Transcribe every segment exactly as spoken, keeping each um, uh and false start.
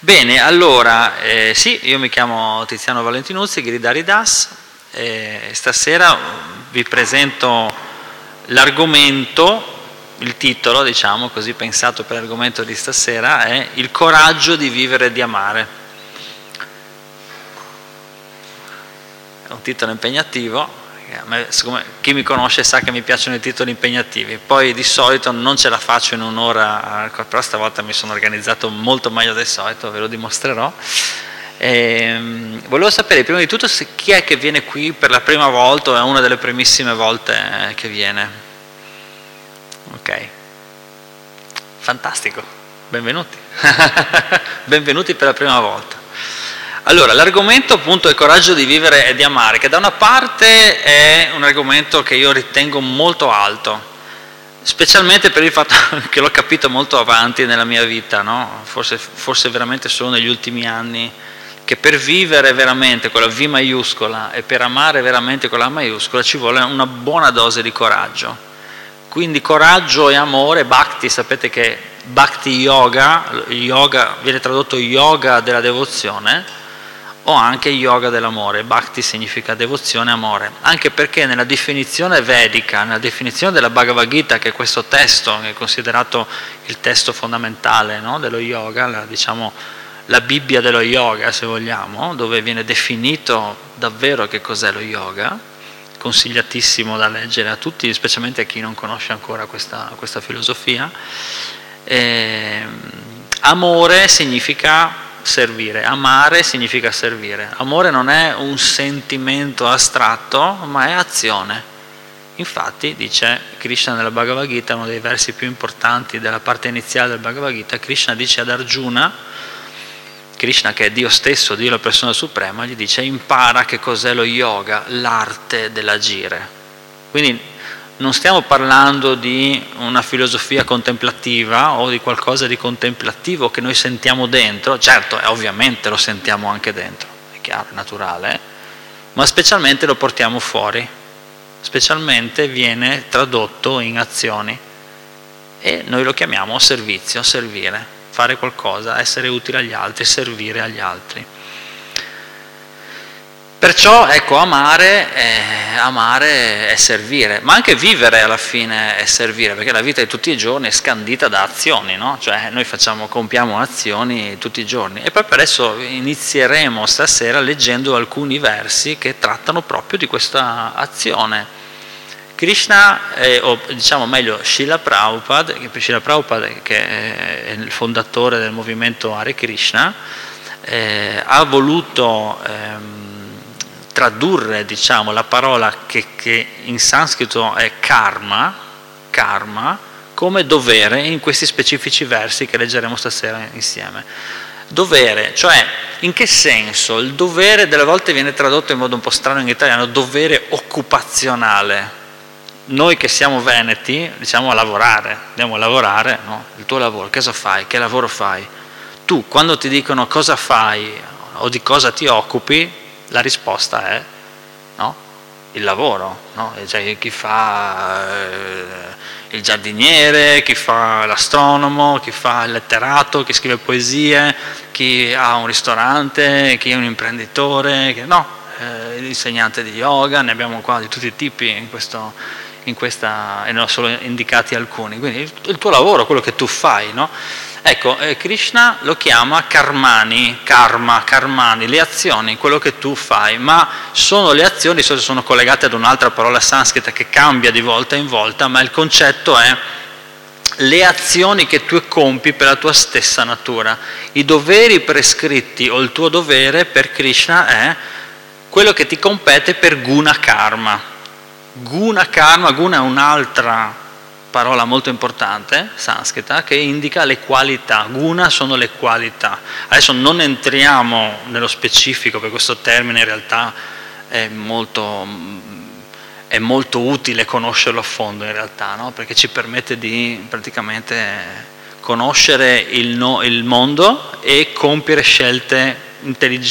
Bene, allora, eh, sì, io mi chiamo Tiziano Valentinuzzi, Giridhari Das, e stasera vi presento l'argomento, il titolo, diciamo così, pensato per l'argomento di stasera, è Il coraggio di vivere e di amare. È un titolo impegnativo. Chi mi conosce sa che mi piacciono i titoli impegnativi, poi di solito non ce la faccio in un'ora, però stavolta mi sono organizzato molto meglio del solito, ve lo dimostrerò. E, volevo sapere prima di tutto se chi è che viene qui per la prima volta o è una delle primissime volte che viene. Ok, fantastico, benvenuti, benvenuti per la prima volta. Allora, l'argomento appunto è il coraggio di vivere e di amare, che da una parte è un argomento che io ritengo molto alto, specialmente per il fatto che l'ho capito molto avanti nella mia vita, no? Forse, forse veramente solo negli ultimi anni, che per vivere veramente con la V maiuscola e per amare veramente con la maiuscola ci vuole una buona dose di coraggio. Quindi coraggio e amore, bhakti, sapete che bhakti yoga, yoga viene tradotto yoga della devozione, o anche yoga dell'amore. Bhakti significa devozione e amore, anche perché nella definizione vedica, nella definizione della Bhagavad Gita, che è questo testo, che è considerato il testo fondamentale, no, dello yoga, la, diciamo la Bibbia dello yoga se vogliamo, dove viene definito davvero che cos'è lo yoga, consigliatissimo da leggere a tutti, specialmente a chi non conosce ancora questa, questa filosofia. E, amore significa servire, amare significa servire. Amore non è un sentimento astratto, ma è azione. Infatti, dice Krishna nella Bhagavad Gita, uno dei versi più importanti della parte iniziale del Bhagavad Gita, Krishna dice ad Arjuna, Krishna che è Dio stesso, Dio la persona suprema, gli dice: impara che cos'è lo yoga, l'arte dell'agire. Quindi non stiamo parlando di una filosofia contemplativa o di qualcosa di contemplativo che noi sentiamo dentro, certo, ovviamente lo sentiamo anche dentro, è chiaro, è naturale, ma specialmente lo portiamo fuori, specialmente viene tradotto in azioni e noi lo chiamiamo servizio, servire, fare qualcosa, essere utile agli altri, servire agli altri. Perciò, ecco, amare è, amare è servire, ma anche vivere alla fine è servire, perché la vita di tutti i giorni è scandita da azioni, no? Cioè noi facciamo, compiamo azioni tutti i giorni. E proprio adesso inizieremo stasera leggendo alcuni versi che trattano proprio di questa azione. Krishna, eh, o diciamo meglio Srila Prabhupada, che Srila Prabhupada, che è il fondatore del movimento Hare Krishna, eh, ha voluto ehm, tradurre, diciamo, la parola che, che in sanscrito è karma, karma, come dovere in questi specifici versi che leggeremo stasera insieme. Dovere, cioè in che senso? Il dovere delle volte viene tradotto in modo un po' strano in italiano, dovere occupazionale. Noi che siamo veneti diciamo a lavorare, andiamo a lavorare, no? Il tuo lavoro, cosa fai? Che lavoro fai? Tu, quando ti dicono cosa fai o di cosa ti occupi, la risposta è no? Il lavoro, no? Cioè, chi fa eh, il giardiniere, chi fa l'astronomo, chi fa il letterato, chi scrive poesie, chi ha un ristorante, chi è un imprenditore, chi, no, eh, l'insegnante di yoga, ne abbiamo qua di tutti i tipi in, questo, in questa, e ne ho solo indicati alcuni. Quindi il, il tuo lavoro, quello che tu fai, no? Ecco, eh, Krishna lo chiama karmani, karma, karmani, le azioni, quello che tu fai, ma sono le azioni, sono collegate ad un'altra parola sanscrita che cambia di volta in volta, ma il concetto è le azioni che tu compi per la tua stessa natura. I doveri prescritti o il tuo dovere per Krishna è quello che ti compete per guna karma. Guna karma, guna è un'altra parola molto importante, sanscrita, che indica le qualità. Guna sono le qualità. Adesso non entriamo nello specifico, perché questo termine in realtà è molto, è molto utile conoscerlo a fondo in realtà, no? Perché ci permette di praticamente conoscere il, no, il mondo e compiere scelte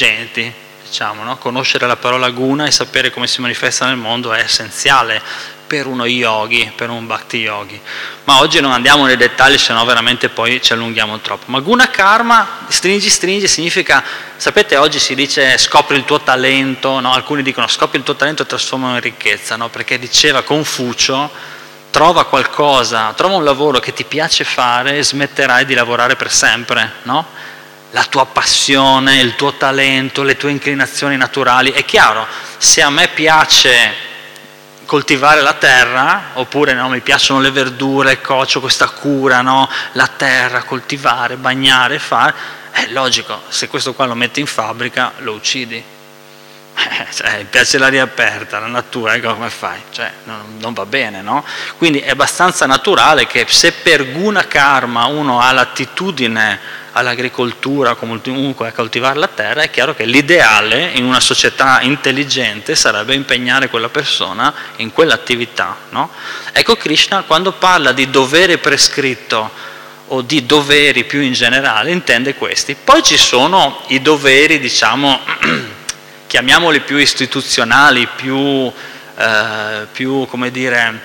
intelligenti, diciamo, no? Conoscere la parola guna e sapere come si manifesta nel mondo è essenziale per uno yogi, per un bhakti yogi. Ma oggi non andiamo nei dettagli, se no veramente poi ci allunghiamo troppo. Ma guna karma, stringi stringi, significa, sapete, oggi si dice scopri il tuo talento, no? Alcuni dicono scopri il tuo talento e trasformalo in ricchezza, no? Perché diceva Confucio, trova qualcosa, trova un lavoro che ti piace fare e smetterai di lavorare per sempre, no? La tua passione, il tuo talento, le tue inclinazioni naturali. È chiaro, se a me piace coltivare la terra, oppure no, mi piacciono le verdure, ho questa cura, no? La terra, coltivare, bagnare, fare, è logico, se questo qua lo metti in fabbrica lo uccidi. Eh, cioè, mi piace l'aria aperta, la natura, ecco come fai? Cioè, non, non va bene, no? Quindi è abbastanza naturale che se per guna karma uno ha l'attitudine all'agricoltura, comunque a coltivare la terra, è chiaro che l'ideale in una società intelligente sarebbe impegnare quella persona in quell'attività, no? Ecco, Krishna quando parla di dovere prescritto o di doveri più in generale intende questi. Poi ci sono i doveri, diciamo, chiamiamoli più istituzionali, più, eh, più come dire,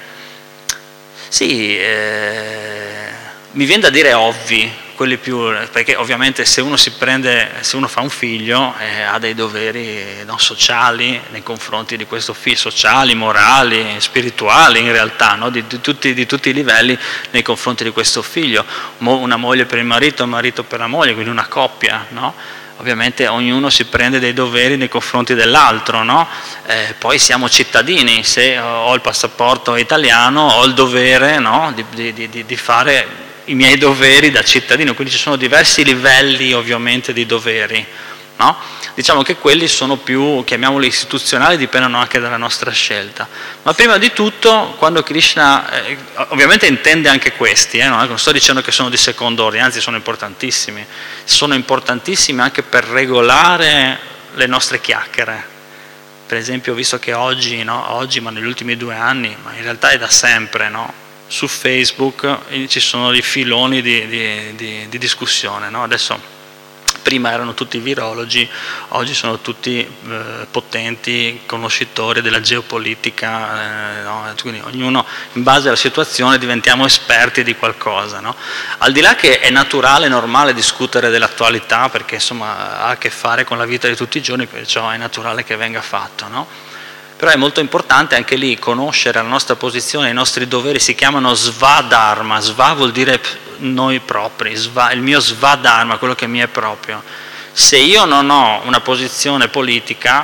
sì, eh, mi viene da dire ovvi, quelli più, perché ovviamente se uno si prende, se uno fa un figlio eh, ha dei doveri no, sociali nei confronti di questo figlio, sociali, morali, spirituali in realtà, no? di, di, tutti, di tutti i livelli nei confronti di questo figlio, Mo, una moglie per il marito, un marito per la moglie, quindi una coppia, no? Ovviamente ognuno si prende dei doveri nei confronti dell'altro, no? Eh, poi siamo cittadini, se ho il passaporto italiano ho il dovere, no? di, di, di, di fare i miei doveri da cittadino, quindi ci sono diversi livelli ovviamente di doveri, no? Diciamo che quelli sono più, chiamiamoli istituzionali, dipendono anche dalla nostra scelta. Ma prima di tutto, quando Krishna, eh, ovviamente intende anche questi, eh, no? Non sto dicendo che sono di secondo ordine, anzi sono importantissimi, sono importantissimi anche per regolare le nostre chiacchiere. Per esempio, visto che oggi, no? oggi, ma negli ultimi due anni, ma in realtà è da sempre, no? Su Facebook ci sono dei filoni di, di, di, di discussione, no? Adesso prima erano tutti virologi, oggi sono tutti eh, potenti conoscitori della geopolitica, eh, no? Quindi ognuno in base alla situazione diventiamo esperti di qualcosa, no? Al di là che è naturale, normale discutere dell'attualità perché insomma ha a che fare con la vita di tutti i giorni, perciò è naturale che venga fatto, no? Però è molto importante anche lì conoscere la nostra posizione, i nostri doveri, si chiamano svadharma, sva vuol dire noi propri, sva, il mio svadharma, quello che mi è proprio. Se io non ho una posizione politica,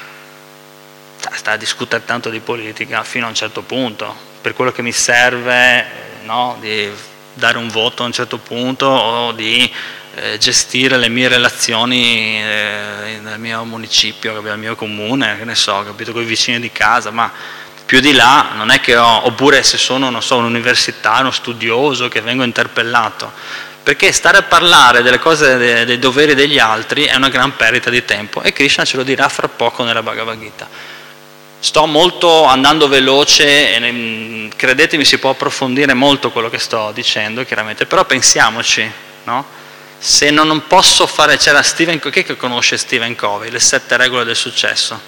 sta a discutere tanto di politica fino a un certo punto, per quello che mi serve, no, di dare un voto a un certo punto o di eh, gestire le mie relazioni eh, nel mio municipio, nel mio comune, che ne so, capito, con i vicini di casa, ma più di là non è che ho, oppure se sono, non so, un universitario, uno studioso che vengo interpellato, perché stare a parlare delle cose, dei, dei doveri degli altri è una gran perdita di tempo e Krishna ce lo dirà fra poco nella Bhagavad Gita. Sto molto andando veloce e credetemi si può approfondire molto quello che sto dicendo chiaramente, però pensiamoci, no? Se non posso fare, c'era Stephen Covey, chi è che conosce Stephen Covey, le sette regole del successo?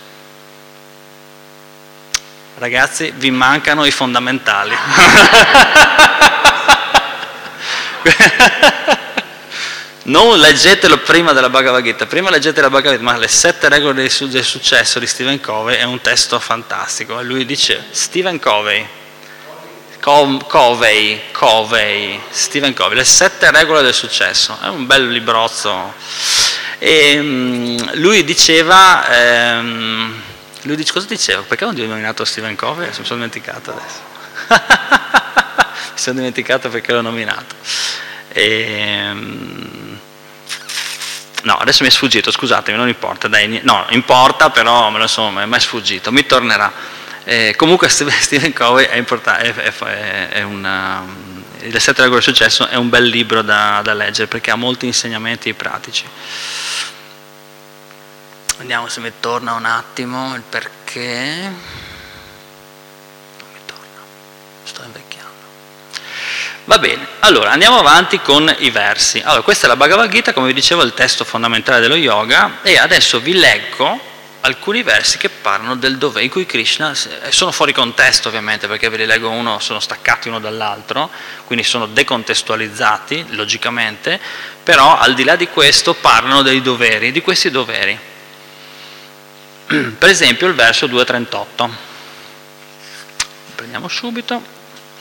Ragazzi, vi mancano i fondamentali. Non leggetelo prima della Bhagavad Gita, prima leggete la Bhagavad Gita, ma le sette regole del successo di Stephen Covey è un testo fantastico. E lui dice, Stephen Covey, Co- Covey, Covey, Stephen Covey, le sette regole del successo, è un bel librozzo. E um, lui diceva, um, lui dice, cosa diceva? Perché non ho nominato Stephen Covey? Mi sono dimenticato adesso. Mi sono dimenticato perché l'ho nominato. E, um, no, adesso mi è sfuggito, scusatemi, non importa, dai, no, importa, però me lo so, mi è sfuggito, mi tornerà. Eh, comunque Stephen Covey è, è, è, è una, le sette regole del successo è un bel libro da, da leggere perché ha molti insegnamenti pratici. Vediamo se mi torna un attimo il perché. Non mi torna, sto invecchiando. Va bene, allora andiamo avanti con i versi. Allora, questa è la Bhagavad Gita, come vi dicevo, il testo fondamentale dello yoga, e adesso vi leggo alcuni versi che parlano del dovere, in cui Krishna, sono fuori contesto ovviamente, perché ve li leggo uno, sono staccati uno dall'altro, quindi sono decontestualizzati logicamente, però al di là di questo parlano dei doveri, di questi doveri. Per esempio il verso duecentotrentotto, prendiamo subito.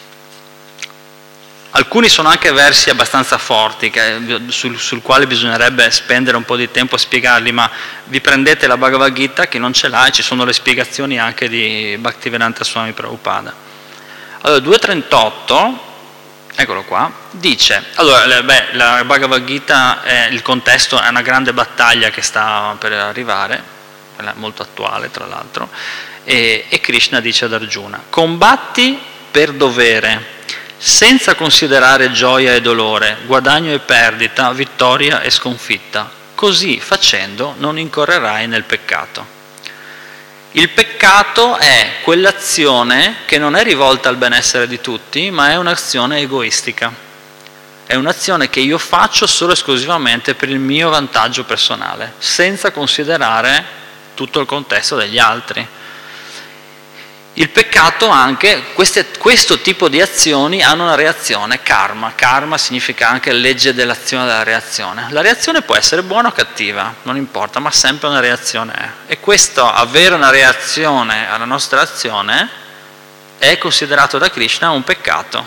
Alcuni sono anche versi abbastanza forti, che, sul, sul quale bisognerebbe spendere un po' di tempo a spiegarli, ma vi prendete la Bhagavad Gita, che non ce l'ha, e ci sono le spiegazioni anche di Bhaktivedanta Swami Prabhupada. Allora, duecentotrentotto, eccolo qua, dice, allora, beh, la Bhagavad Gita, è, il contesto è una grande battaglia che sta per arrivare, molto attuale tra l'altro, e, e Krishna dice ad Arjuna: combatti per dovere, senza considerare gioia e dolore, guadagno e perdita, vittoria e sconfitta. Così facendo non incorrerai nel peccato. Il peccato è quell'azione che non è rivolta al benessere di tutti, ma è un'azione egoistica. È un'azione che io faccio solo e esclusivamente per il mio vantaggio personale, senza considerare tutto il contesto degli altri. Il peccato anche, queste, questo tipo di azioni hanno una reazione, karma. Karma significa anche legge dell'azione e della reazione. La reazione può essere buona o cattiva, non importa, ma sempre una reazione è. E questo, avere una reazione alla nostra azione, è considerato da Krishna un peccato.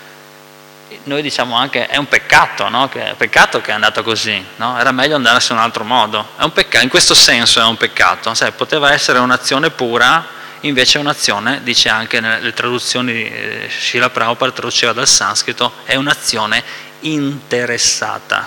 Noi diciamo anche è un peccato, no? Che è peccato che è andato così, no? Era meglio andarsene in un altro modo. È un peccato, in questo senso è un peccato. Sai, poteva essere un'azione pura. Invece è un'azione, dice anche nelle traduzioni di eh, Srila Prabhupada, traduceva dal sanscrito, è un'azione interessata.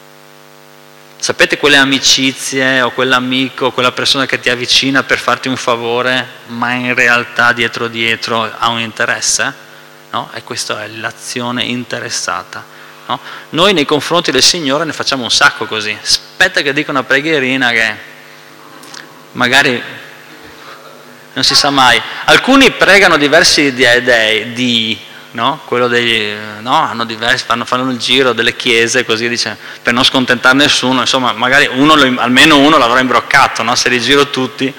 Sapete quelle amicizie o quell'amico, quella persona che ti avvicina per farti un favore, ma in realtà dietro dietro ha un interesse? No? E questa è l'azione interessata. No? Noi nei confronti del Signore ne facciamo un sacco così. Aspetta che dica una preghierina che magari... non si sa mai. Alcuni pregano diversi dei, di, no? Quello degli, no? Hanno diversi, fanno, fanno il giro delle chiese, così dice, per non scontentare nessuno, insomma, magari uno, almeno uno l'avrà imbroccato, no? Se li giro tutti.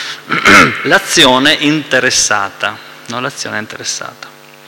L'azione interessata, no? L'azione interessata.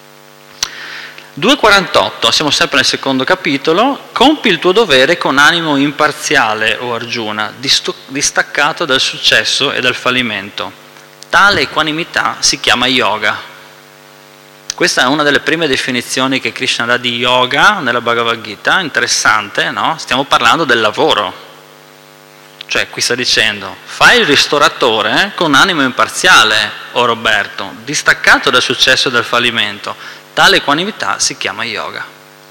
duecentoquarantotto, siamo sempre nel secondo capitolo. Compi il tuo dovere con animo imparziale, o Arjuna, distaccato dal successo e dal fallimento. Tale equanimità si chiama yoga. Questa è una delle prime definizioni che Krishna dà di yoga nella Bhagavad Gita, interessante, no? Stiamo parlando del lavoro. Cioè, qui sta dicendo, fai il ristoratore con animo imparziale, o Roberto, distaccato dal successo e dal fallimento. Tale equanimità si chiama yoga.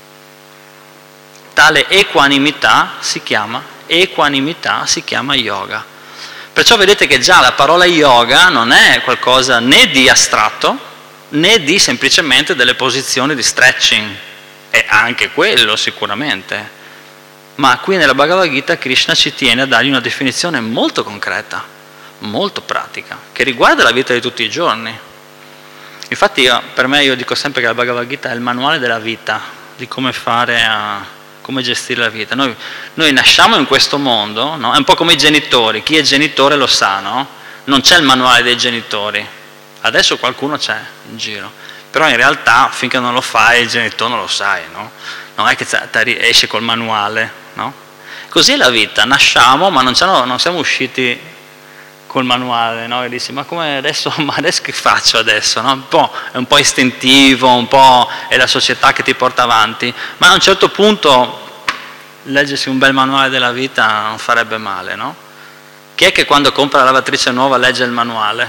Tale equanimità si chiama, equanimità si chiama yoga. Perciò vedete che già la parola yoga non è qualcosa né di astratto, né di semplicemente delle posizioni di stretching. È anche quello sicuramente. Ma qui nella Bhagavad Gita Krishna ci tiene a dargli una definizione molto concreta, molto pratica, che riguarda la vita di tutti i giorni. Infatti io, per me io dico sempre che la Bhagavad Gita è il manuale della vita, di come fare a... come gestire la vita. Noi, noi nasciamo in questo mondo, no? È un po' come i genitori, chi è genitore lo sa, no? Non c'è il manuale dei genitori, adesso qualcuno c'è in giro, però in realtà finché non lo fai il genitore non lo sai, no? Non è che esce col manuale, no? Così è la vita, nasciamo ma non, non siamo usciti col manuale, no? E dici, ma come adesso, ma adesso che faccio adesso? No? Un po', è un po' istintivo, un po' è la società che ti porta avanti, ma a un certo punto leggersi un bel manuale della vita non farebbe male, no? Chi è che quando compra la lavatrice nuova legge il manuale?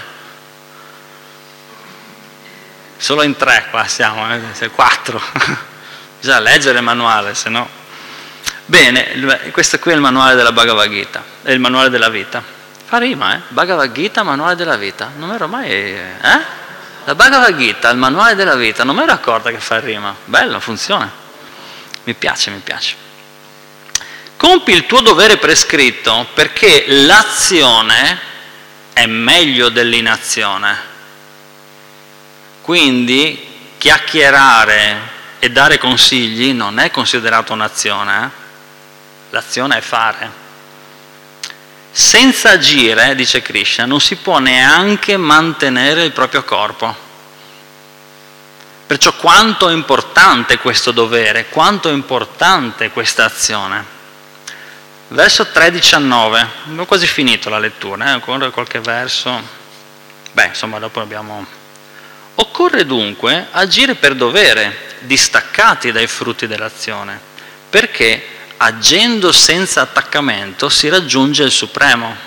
Solo in tre qua siamo, eh? Quattro. Bisogna leggere il manuale, se no... Bene, questo qui è il manuale della Bhagavad Gita, è il manuale della vita. Fa rima, eh? Bhagavad Gita, manuale della vita. Non mi ero mai... Eh? La Bhagavad Gita, il manuale della vita. Non mi ero accorta che fa rima. Bello, funziona. Mi piace, mi piace. Compi il tuo dovere prescritto perché l'azione è meglio dell'inazione. Quindi chiacchierare e dare consigli non è considerato un'azione. Eh? L'azione è fare. Senza agire, dice Krishna, non si può neanche mantenere il proprio corpo. Perciò quanto è importante questo dovere, quanto è importante questa azione. Verso tre diciannove, abbiamo quasi finito la lettura, eh? Ancora qualche verso. Beh, insomma, dopo abbiamo... Occorre dunque agire per dovere, distaccati dai frutti dell'azione, perché agendo senza attaccamento si raggiunge il Supremo.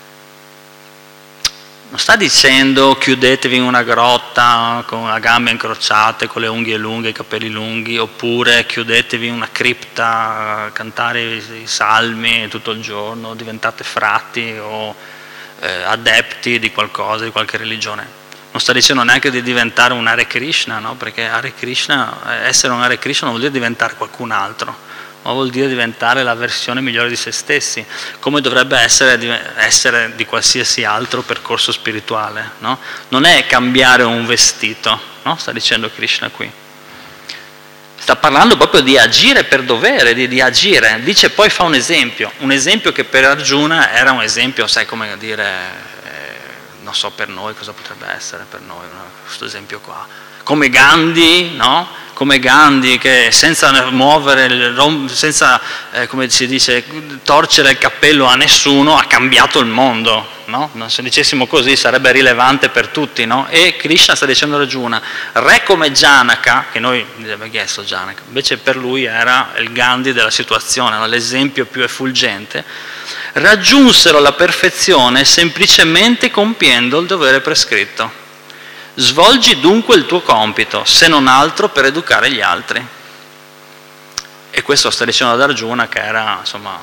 Non sta dicendo chiudetevi in una grotta con le gambe incrociate, con le unghie lunghe, i capelli lunghi, oppure chiudetevi in una cripta a cantare i salmi tutto il giorno, diventate frati o eh, adepti di qualcosa, di qualche religione. Non sta dicendo neanche di diventare un Hare Krishna, no? Perché Hare Krishna, essere un Hare Krishna non vuol dire diventare qualcun altro, ma vuol dire diventare la versione migliore di se stessi, come dovrebbe essere, essere di qualsiasi altro percorso spirituale, no? Non è cambiare un vestito, no? Sta dicendo Krishna qui. Sta parlando proprio di agire per dovere, di, di agire. Dice, poi fa un esempio, un esempio che per Arjuna era un esempio, sai come dire, eh, non so per noi cosa potrebbe essere per noi, no? Questo esempio qua. Come Gandhi, no? Come Gandhi che senza muovere, senza, eh, come si dice, torcere il cappello a nessuno ha cambiato il mondo, no? Se dicessimo così sarebbe rilevante per tutti, no? E Krishna sta dicendo a Arjuna, re come Janaka, che noi abbiamo chiesto Janaka, invece per lui era il Gandhi della situazione, no? L'esempio più effulgente, raggiunsero la perfezione semplicemente compiendo il dovere prescritto. Svolgi dunque il tuo compito, se non altro per educare gli altri. E questo sta dicendo ad Arjuna, che era insomma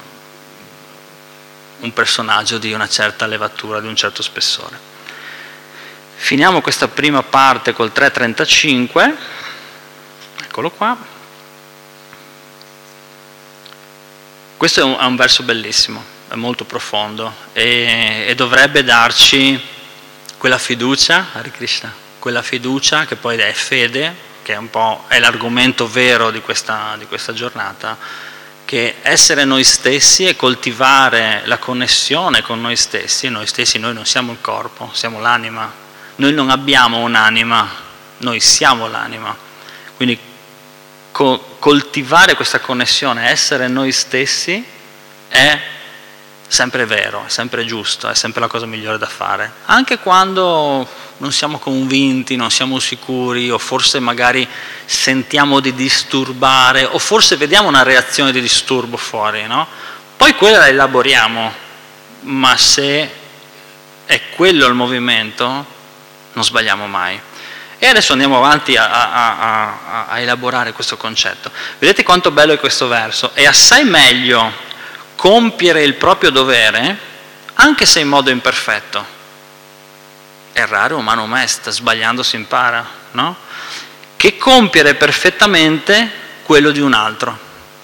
un personaggio di una certa levatura, di un certo spessore. Finiamo questa prima parte col tre trentacinque, eccolo qua. Questo è un, è un verso bellissimo, è molto profondo e, e dovrebbe darci quella fiducia, Hare Krishna, quella fiducia che poi è fede, che è un po' è l'argomento vero di questa, di questa giornata, che essere noi stessi e coltivare la connessione con noi stessi, noi stessi, noi non siamo il corpo, siamo l'anima, noi non abbiamo un'anima, noi siamo l'anima, quindi co- coltivare questa connessione, essere noi stessi è sempre vero, è sempre giusto, è sempre la cosa migliore da fare, anche quando non siamo convinti, non siamo sicuri, o forse magari sentiamo di disturbare, o forse vediamo una reazione di disturbo fuori, no? Poi quella la elaboriamo, ma se è quello il movimento, non sbagliamo mai. E adesso andiamo avanti a, a, a, a elaborare questo concetto. Vedete quanto bello è questo verso? È assai meglio compiere il proprio dovere, anche se in modo imperfetto. Errare umano est, sbagliando si impara, no? Che compiere perfettamente quello di un altro.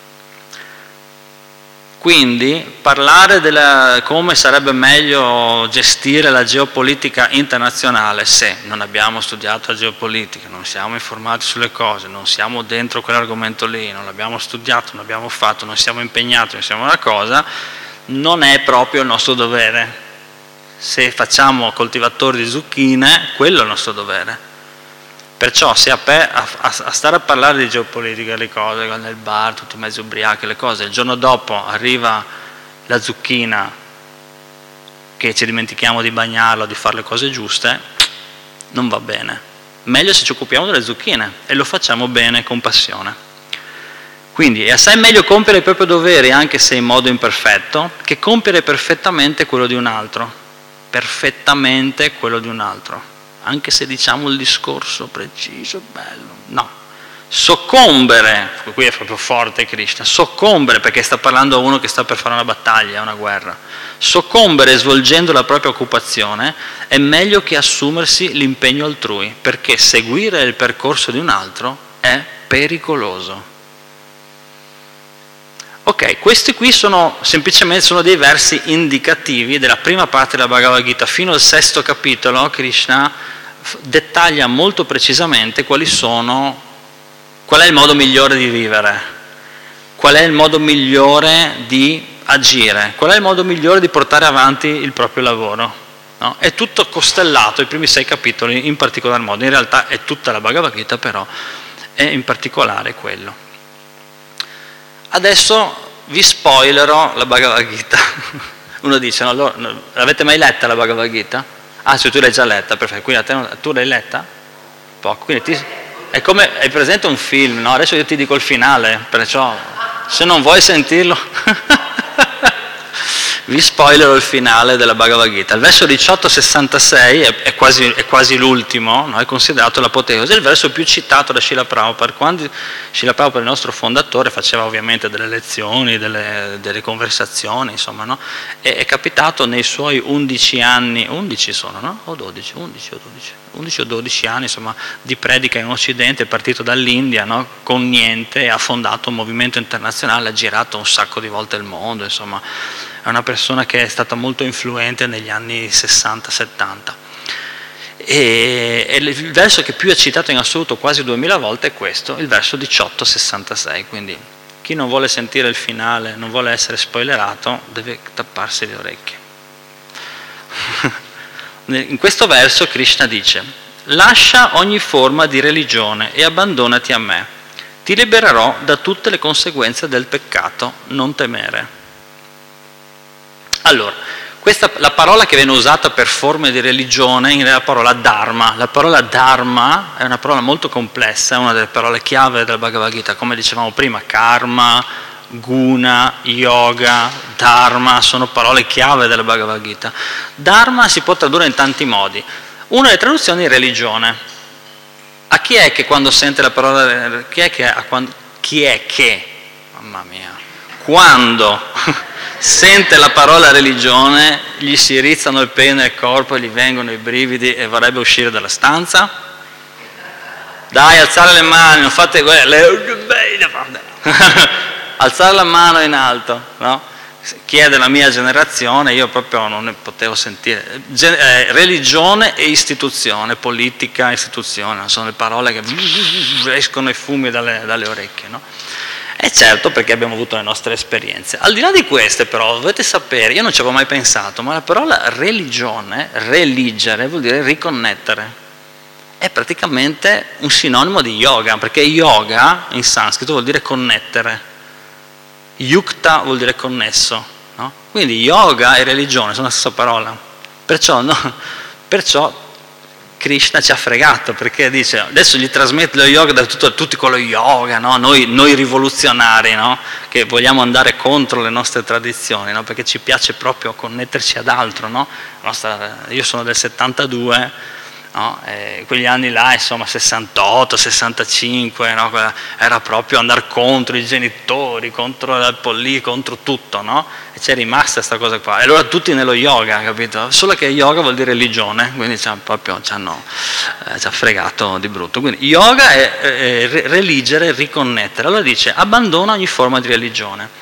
Quindi parlare della come sarebbe meglio gestire la geopolitica internazionale, se non abbiamo studiato la geopolitica, non siamo informati sulle cose, non siamo dentro quell'argomento lì, non l'abbiamo studiato, non abbiamo fatto, non siamo impegnati, non siamo una cosa, non è proprio il nostro dovere. Se facciamo coltivatori di zucchine, quello è il nostro dovere. Perciò se a, pe- a, a stare a parlare di geopolitica, le cose, nel bar, tutti mezzi ubriachi, le cose, il giorno dopo arriva la zucchina che ci dimentichiamo di bagnarlo, di fare le cose giuste, non va bene. Meglio se ci occupiamo delle zucchine e lo facciamo bene, con passione. Quindi è assai meglio compiere il proprio dovere, anche se in modo imperfetto, che compiere perfettamente quello di un altro. Perfettamente quello di un altro. Anche se diciamo il discorso preciso, bello, no. Soccombere, qui è proprio forte Krishna, soccombere, perché sta parlando a uno che sta per fare una battaglia, una guerra. Soccombere svolgendo la propria occupazione è meglio che assumersi l'impegno altrui, perché seguire il percorso di un altro è pericoloso. Ok, questi qui sono semplicemente sono dei versi indicativi della prima parte della Bhagavad Gita. Fino al sesto capitolo Krishna dettaglia molto precisamente quali sono, qual è il modo migliore di vivere, qual è il modo migliore di agire, qual è il modo migliore di portare avanti il proprio lavoro. No? È tutto costellato, i primi sei capitoli in particolar modo, in realtà è tutta la Bhagavad Gita, però è in particolare quello. Adesso vi spoilerò la Bhagavad Gita. Uno dice, no, allora, l'avete mai letta la Bhagavad Gita? Ah, sì, tu l'hai già letta, perfetto, quindi a te, tu l'hai letta? Poco, quindi ti, è come, hai presente un film, no? Adesso io ti dico il finale, perciò se non vuoi sentirlo... Vi spoilerò il finale della Bhagavad Gita. Il verso diciotto sessantasei è, è quasi, è quasi l'ultimo, no? È considerato l'apoteosi, è il verso più citato da Srila Prabhupada. Quando Srila Prabhupada, il nostro fondatore, faceva ovviamente delle lezioni, delle, delle conversazioni, insomma, no? E è capitato nei suoi undici anni, undici sono, no? O dodici, undici o dodici, undici o dodici anni, insomma, di predica in Occidente, è partito dall'India, no? Con niente, ha fondato un movimento internazionale, ha girato un sacco di volte il mondo, insomma. È una persona che è stata molto influente negli anni sessanta settanta. E, e il verso che più è citato in assoluto quasi duemila volte è questo, il verso diciotto sessantasei. Quindi chi non vuole sentire il finale, non vuole essere spoilerato, deve tapparsi le orecchie. In questo verso Krishna dice: lascia ogni forma di religione e abbandonati a me. Ti libererò da tutte le conseguenze del peccato, non temere. Allora, questa, la parola che viene usata per forme di religione è la parola dharma. La parola dharma è una parola molto complessa, è una delle parole chiave della Bhagavad Gita, come dicevamo prima, karma, guna, yoga, dharma, sono parole chiave della Bhagavad Gita. Dharma si può tradurre in tanti modi. Una delle traduzioni è religione. A chi è che quando sente la parola, chi è che, a quando, chi è che, mamma mia, quando sente la parola religione, gli si rizzano il pene nel corpo, gli vengono i brividi e vorrebbe uscire dalla stanza? Dai, alzare le mani, non fate quelle... alzare la mano in alto, no? Chi è della mia generazione, io proprio non ne potevo sentire. Gen- eh, religione e istituzione, politica, istituzione, sono le parole che escono i fumi dalle, dalle orecchie, no? E certo, perché abbiamo avuto le nostre esperienze. Al di là di queste però dovete sapere, io non ci avevo mai pensato, ma la parola religione, religere, vuol dire riconnettere. È praticamente un sinonimo di yoga, perché yoga in sanscrito vuol dire connettere. Yukta vuol dire connesso, no? Quindi yoga e religione sono la stessa parola. Perciò, no, perciò Krishna ci ha fregato, perché dice, adesso gli trasmette lo yoga da tutto, tutti con lo yoga, no? noi, noi rivoluzionari, no? Che vogliamo andare contro le nostre tradizioni, no? Perché ci piace proprio connetterci ad altro, no? Nostra, io sono del settantadue, no? E quegli anni là, insomma, sessantotto, sessantacinque, no? Era proprio andare contro i genitori, contro la politica, contro tutto, no? E c'è rimasta questa cosa qua. E allora tutti nello yoga, capito? Solo che yoga vuol dire religione, quindi ci hanno proprio ci hanno, eh, ci ha fregato di brutto. Quindi yoga è, è, è religere, riconnettere. Allora dice, abbandona ogni forma di religione.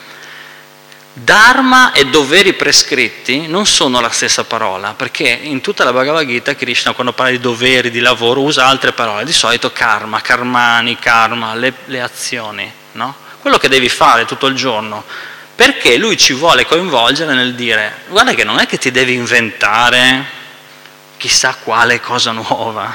Dharma e doveri prescritti non sono la stessa parola, perché in tutta la Bhagavad Gita Krishna, quando parla di doveri, di lavoro, usa altre parole, di solito karma, karmani, karma, le, le azioni, no? Quello che devi fare tutto il giorno, perché lui ci vuole coinvolgere nel dire, guarda che non è che ti devi inventare chissà quale cosa nuova,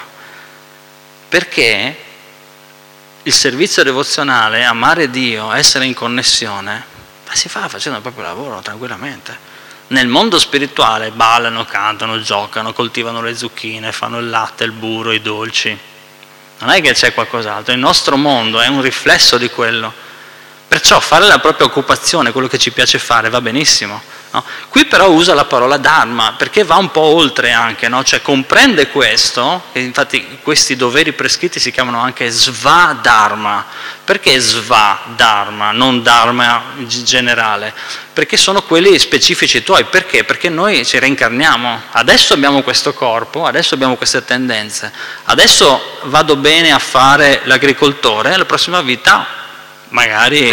perché il servizio devozionale, amare Dio, essere in connessione, ma si fa facendo il proprio lavoro tranquillamente. Nel mondo spirituale ballano, cantano, giocano, coltivano le zucchine, fanno il latte, il burro, i dolci. Non è che c'è qualcos'altro, il nostro mondo è un riflesso di quello. Perciò fare la propria occupazione, quello che ci piace fare, va benissimo, no? Qui però usa la parola dharma, perché va un po' oltre anche, no? Cioè comprende questo, e infatti questi doveri prescritti si chiamano anche svadharma. Perché svadharma, non dharma generale? Perché sono quelli specifici tuoi. Perché? Perché noi ci reincarniamo. Adesso abbiamo questo corpo, adesso abbiamo queste tendenze. Adesso vado bene a fare l'agricoltore, la prossima vita magari,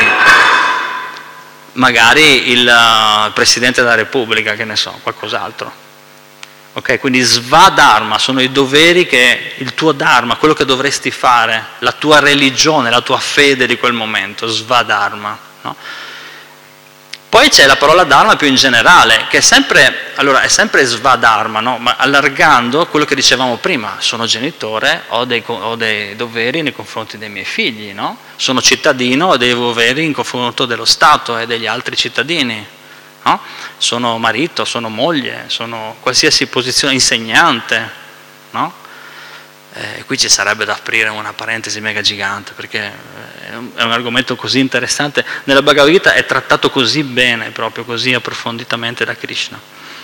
magari il uh, Presidente della Repubblica, che ne so, qualcos'altro. Ok, quindi svadharma sono i doveri che, il tuo dharma, quello che dovresti fare, la tua religione, la tua fede di quel momento, svadharma, no? Poi c'è la parola dharma più in generale, che è sempre, allora, è sempre svadharma, no? Ma allargando quello che dicevamo prima, sono genitore, ho dei, ho dei doveri nei confronti dei miei figli, no? Sono cittadino, ho dei doveri in confronto dello Stato e degli altri cittadini, no? Sono marito, sono moglie, sono qualsiasi posizione, insegnante, no? Eh, qui ci sarebbe da aprire una parentesi mega gigante, perché è un, è un argomento così interessante. Nella Bhagavad Gita è trattato così bene, proprio così approfonditamente da Krishna.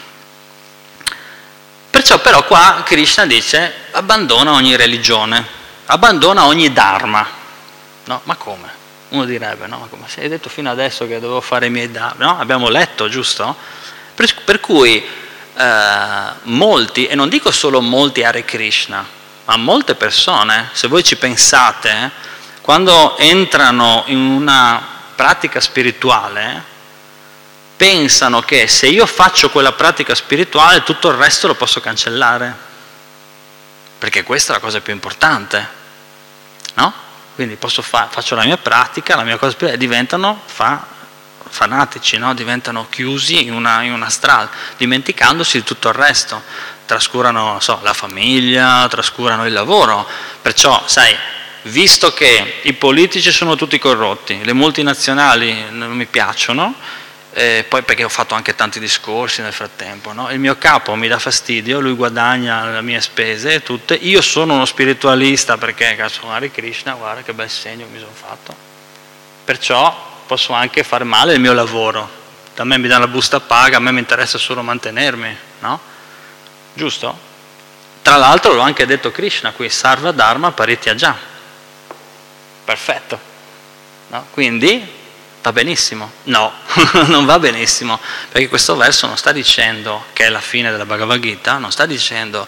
Perciò però qua Krishna dice abbandona ogni religione, abbandona ogni dharma. No? Ma come? Uno direbbe, no? Ma come? Se hai detto fino adesso che dovevo fare i miei dharma, no? Abbiamo letto, giusto? Per, per cui eh, molti, e non dico solo molti Hare Krishna, ma molte persone, se voi ci pensate, quando entrano in una pratica spirituale, pensano che se io faccio quella pratica spirituale tutto il resto lo posso cancellare, perché questa è la cosa più importante, no? Quindi posso fa- faccio la mia pratica, la mia cosa spirituale, e diventano fa- fanatici, no? Diventano chiusi in una, in una strada, dimenticandosi di tutto il resto. Trascurano, non so, la famiglia, trascurano il lavoro. Perciò, sai, visto che i politici sono tutti corrotti, le multinazionali non mi piacciono, eh, poi perché ho fatto anche tanti discorsi nel frattempo, no? Il mio capo mi dà fastidio, lui guadagna le mie spese e tutte, io sono uno spiritualista perché, cazzo, Hare Krishna, guarda che bel segno mi sono fatto. Perciò posso anche fare male il mio lavoro. Da me mi dà la busta paga, a me mi interessa solo mantenermi, no? Giusto? Tra l'altro l'ho anche detto Krishna qui, Sarva Dharma Parityaja. Perfetto. No? Quindi va benissimo? No, non va benissimo, perché questo verso non sta dicendo che è la fine della Bhagavad Gita, non sta dicendo,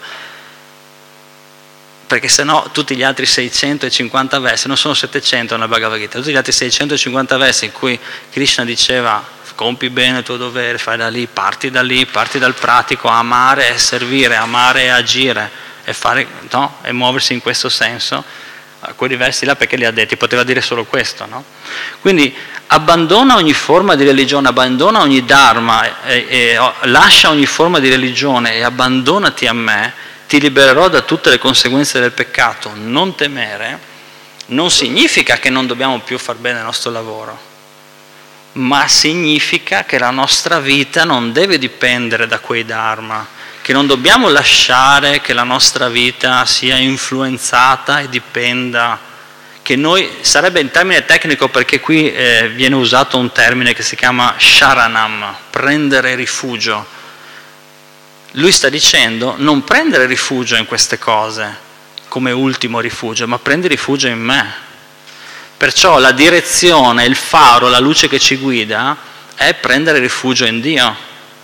perché sennò tutti gli altri seicentocinquanta versi, non sono settecento nella Bhagavad Gita, tutti gli altri seicentocinquanta versi in cui Krishna diceva compi bene il tuo dovere, fai da lì, parti da lì, parti dal pratico, amare e servire, amare e agire e fare, no? E muoversi in questo senso, quei versi là perché li ha detti, poteva dire solo questo, no? Quindi abbandona ogni forma di religione, abbandona ogni dharma, e, e, lascia ogni forma di religione e abbandonati a me, ti libererò da tutte le conseguenze del peccato, non temere, non significa che non dobbiamo più far bene il nostro lavoro, ma significa che la nostra vita non deve dipendere da quei dharma, che non dobbiamo lasciare che la nostra vita sia influenzata e dipenda, che noi, sarebbe in termine tecnico perché qui eh, viene usato un termine che si chiama sharanam, prendere rifugio. Lui sta dicendo non prendere rifugio in queste cose come ultimo rifugio, ma prendi rifugio in me. Perciò la direzione, il faro, la luce che ci guida è prendere rifugio in Dio.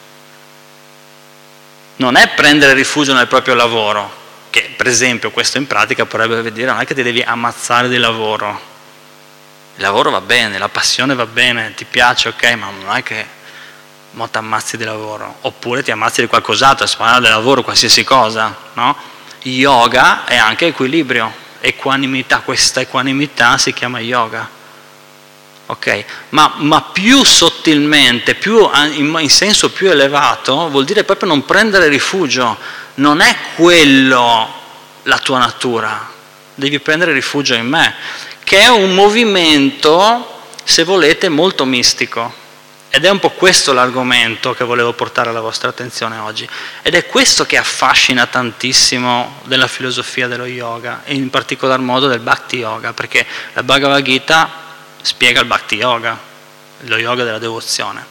Non è prendere rifugio nel proprio lavoro, che per esempio questo in pratica potrebbe dire non è che ti devi ammazzare di lavoro. Il lavoro va bene, la passione va bene, ti piace, ok, ma non è che mo ti ammazzi di lavoro. Oppure ti ammazzi di qualcos'altro, si parla del lavoro, qualsiasi cosa, no? Yoga è anche equilibrio. Equanimità, questa equanimità si chiama yoga, ok? Ma, ma più sottilmente, più in, in senso più elevato, vuol dire proprio non prendere rifugio, non è quello la tua natura, devi prendere rifugio in me, che è un movimento, se volete, molto mistico. Ed è un po' questo l'argomento che volevo portare alla vostra attenzione oggi. Ed è questo che affascina tantissimo della filosofia dello yoga, e in particolar modo del Bhakti Yoga, perché la Bhagavad Gita spiega il Bhakti Yoga, lo yoga della devozione.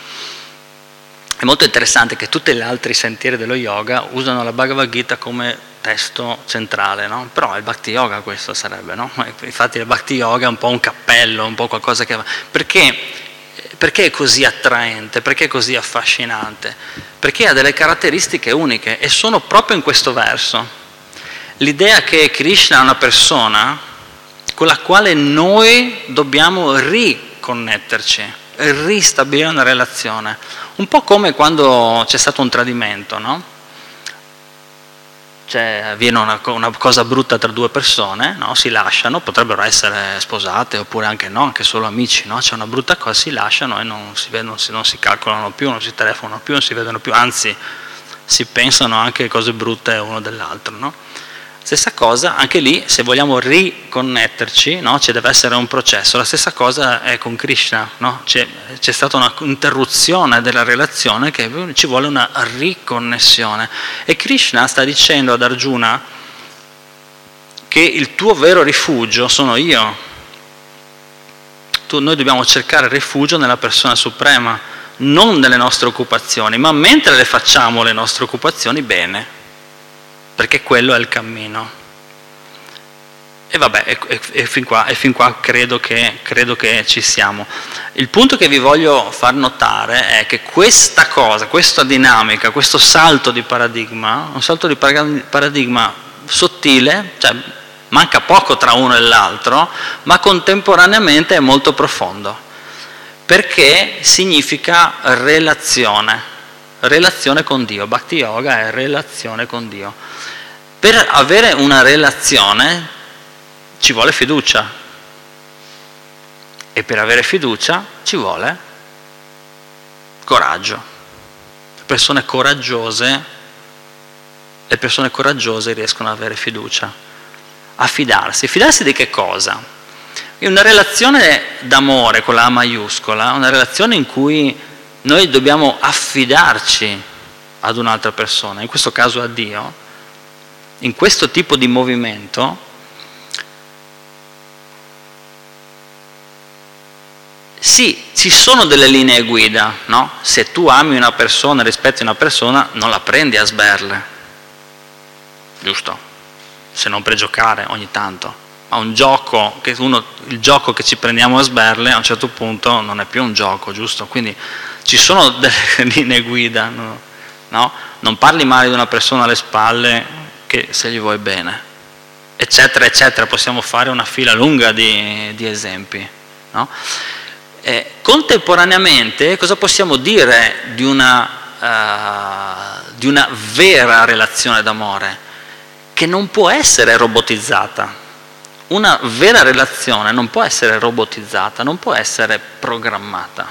È molto interessante che tutti gli altri sentieri dello yoga usano la Bhagavad Gita come testo centrale, no? Però il Bhakti Yoga questo sarebbe, no? Infatti il Bhakti Yoga è un po' un cappello, un po' qualcosa che... Perché... Perché è così attraente? Perché è così affascinante? Perché ha delle caratteristiche uniche e sono proprio in questo verso. L'idea che Krishna è una persona con la quale noi dobbiamo riconnetterci, ristabilire una relazione. Un po' come quando c'è stato un tradimento, no? cioè, avviene una, una cosa brutta tra due persone, no? Si lasciano, potrebbero essere sposate oppure anche no, anche solo amici, no? C'è una brutta cosa, si lasciano e non si vedono, non si calcolano più, non si telefonano più, non si vedono più, anzi si pensano anche cose brutte uno dell'altro, no? Stessa cosa, anche lì, se vogliamo riconnetterci, no? Ci deve essere un processo. La stessa cosa è con Krishna, no? C'è, c'è stata un'interruzione della relazione che ci vuole una riconnessione. E Krishna sta dicendo ad Arjuna che il tuo vero rifugio sono io. Tu, noi dobbiamo cercare rifugio nella persona suprema, non nelle nostre occupazioni, ma mentre le facciamo le nostre occupazioni, bene. Perché quello è il cammino. E vabbè, e, e, e, fin, qua, e fin qua credo che, credo che ci siamo. Il punto che vi voglio far notare è che questa cosa, questa dinamica, questo salto di paradigma, un salto di paradigma sottile, cioè manca poco tra uno e l'altro, ma contemporaneamente è molto profondo, perché significa relazione. Relazione con Dio. Bhakti Yoga è relazione con Dio. Per avere una relazione ci vuole fiducia e per avere fiducia ci vuole coraggio. Le persone coraggiose, le persone coraggiose riescono ad avere fiducia, a fidarsi. Fidarsi di che cosa? Una relazione d'amore con la A maiuscola, una relazione in cui noi dobbiamo affidarci ad un'altra persona, in questo caso a Dio, in questo tipo di movimento, sì, ci sono delle linee guida, no? Se tu ami una persona, rispetti una persona, non la prendi a sberle, giusto? Se non per giocare ogni tanto. Ma un gioco, che uno, il gioco che ci prendiamo a sberle, a un certo punto non è più un gioco, giusto? Quindi ci sono delle linee guida, no? No? Non parli male di una persona alle spalle che se gli vuoi bene, eccetera, eccetera. Possiamo fare una fila lunga di, di esempi, no? Eh, contemporaneamente, cosa possiamo dire di una, uh, di una vera relazione d'amore? Che non può essere robotizzata. Una vera relazione non può essere robotizzata, non può essere programmata.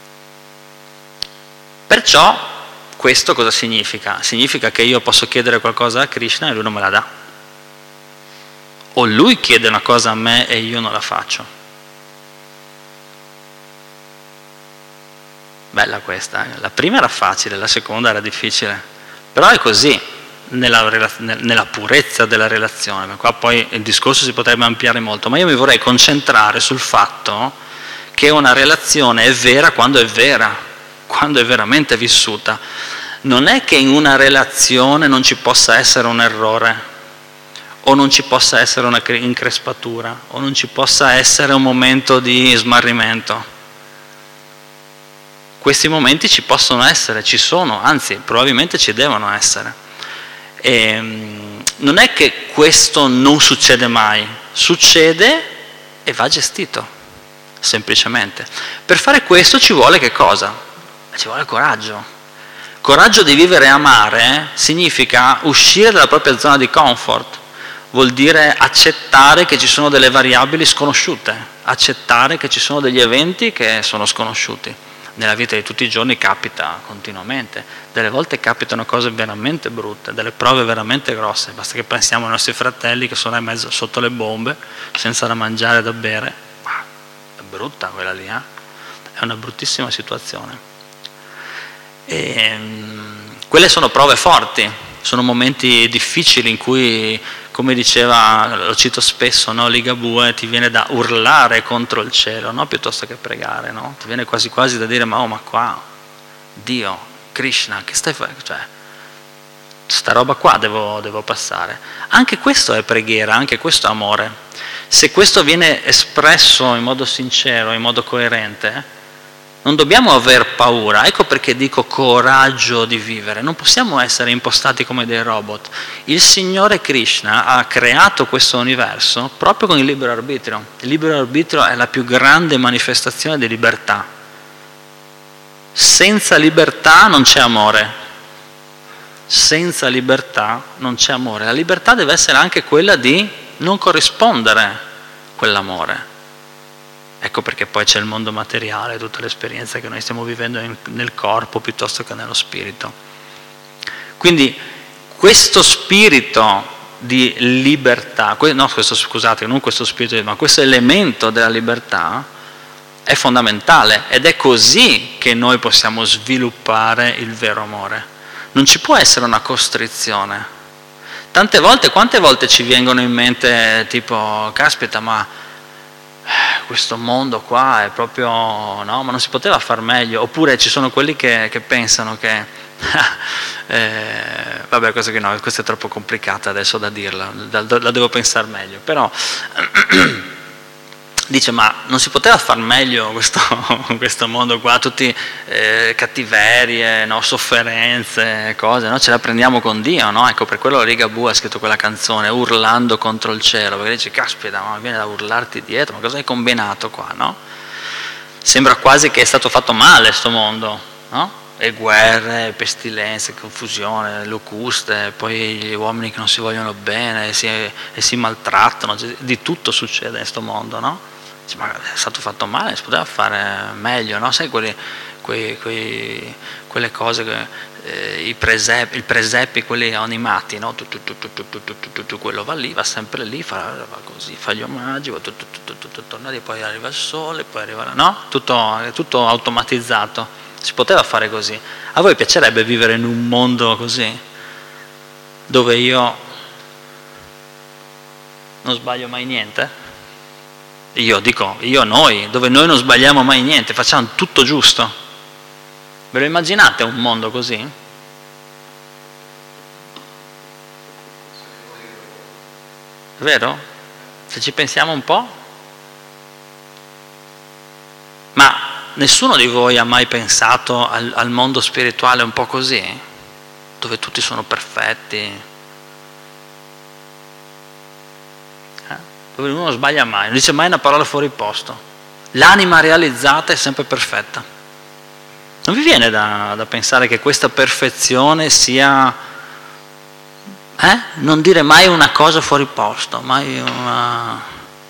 Perciò questo cosa significa? Significa che io posso chiedere qualcosa a Krishna e lui non me la dà. O lui chiede una cosa a me e io non la faccio. Bella questa, eh? La prima era facile, la seconda era difficile. Però è così, nella, nella purezza della relazione. Qua poi il discorso si potrebbe ampliare molto, ma io mi vorrei concentrare sul fatto che una relazione è vera quando è vera. Quando è veramente vissuta. Non è che in una relazione non ci possa essere un errore, o non ci possa essere una increspatura, o non ci possa essere un momento di smarrimento. Questi momenti ci possono essere, ci sono, anzi probabilmente ci devono essere. E, non è che questo non succede mai, succede e va gestito, semplicemente. Per fare questo ci vuole che cosa? Ci vuole coraggio. Coraggio di vivere e amare significa uscire dalla propria zona di comfort, vuol dire accettare che ci sono delle variabili sconosciute, accettare che ci sono degli eventi che sono sconosciuti. Nella vita di tutti i giorni capita continuamente, delle volte capitano cose veramente brutte, delle prove veramente grosse, basta che pensiamo ai nostri fratelli che sono in mezzo sotto le bombe, senza da mangiare e da bere, ma è brutta quella lì, eh? È una bruttissima situazione. E, um, quelle sono prove forti, sono momenti difficili in cui, come diceva, lo cito spesso, no? Ligabue, ti viene da urlare contro il cielo, no? Piuttosto che pregare, no? Ti viene quasi quasi da dire, ma oh, ma qua, Dio, Krishna, che stai facendo? Cioè, sta roba qua devo, devo passare. Anche questo è preghiera, anche questo è amore. Se questo viene espresso in modo sincero, in modo coerente, non dobbiamo aver paura. Ecco perché dico coraggio di vivere. Non possiamo essere impostati come dei robot. Il Signore Krishna ha creato questo universo proprio con il libero arbitrio. Il libero arbitrio è la più grande manifestazione di libertà. Senza libertà non c'è amore. Senza libertà non c'è amore. La libertà deve essere anche quella di non corrispondere quell'amore. Ecco perché poi c'è il mondo materiale, tutta l'esperienza che noi stiamo vivendo in, nel corpo piuttosto che nello spirito. Quindi questo spirito di libertà, no, questo, scusate, non questo spirito, ma questo elemento della libertà è fondamentale ed è così che noi possiamo sviluppare il vero amore. Non ci può essere una costrizione. Tante volte, quante volte ci vengono in mente tipo, caspita, ma questo mondo qua è proprio, no, ma non si poteva far meglio? Oppure ci sono quelli che, che pensano che, eh, vabbè, questo, che no, questo è troppo complicata adesso da dirla, la, la devo pensare meglio, però dice, ma non si poteva far meglio questo, questo mondo qua, tutti eh, cattiverie, no, sofferenze, cose, no? Ce la prendiamo con Dio, no? Ecco, per quello Ligabue ha scritto quella canzone, urlando contro il cielo, perché dice, caspita, ma viene da urlarti dietro, ma cosa hai combinato qua, no? Sembra quasi che è stato fatto male sto mondo, no? E guerre, pestilenze, confusione, locuste, poi gli uomini che non si vogliono bene e si, e si maltrattano, di tutto succede in sto mondo, no? Ma è stato fatto male, si poteva fare meglio, no? Sai quelli, quei, quei, quelle cose, che, eh, i presepi, i presepi, quelli animati, no? Tu, tu, tu, tu, tu, tu, tu, tu, tu, quello va lì, va sempre lì, fa, va così, fa gli omaggi, va tu, tu, tu, tu, tu, tu, torna lì, poi arriva il sole, poi arriva, no? Tutto, tutto automatizzato. Si poteva fare così. A voi piacerebbe vivere in un mondo così? Dove io non sbaglio mai niente? Io dico, io noi, dove noi non sbagliamo mai niente, facciamo tutto giusto. Ve lo immaginate un mondo così? Vero? Se ci pensiamo un po'? Ma nessuno di voi ha mai pensato al, al mondo spirituale un po' così? Dove tutti sono perfetti? Dove uno non sbaglia mai, non dice mai una parola fuori posto. L'anima realizzata è sempre perfetta. Non vi viene da, da pensare che questa perfezione sia eh? non dire mai una cosa fuori posto, mai una...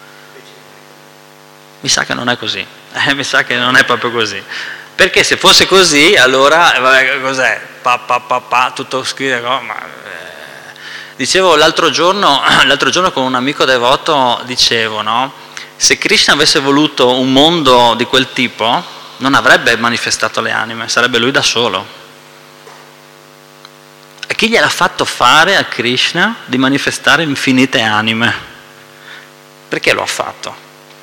Mi sa che non è così, eh, mi sa che non è proprio così. Perché se fosse così, allora, vabbè, cos'è? Pa, pa, pa, pa, tutto scritto, ma... Dicevo l'altro giorno, l'altro giorno con un amico devoto, dicevo, no? Se Krishna avesse voluto un mondo di quel tipo, non avrebbe manifestato le anime, sarebbe lui da solo. E chi gliel'ha fatto fare a Krishna di manifestare infinite anime? Perché lo ha fatto?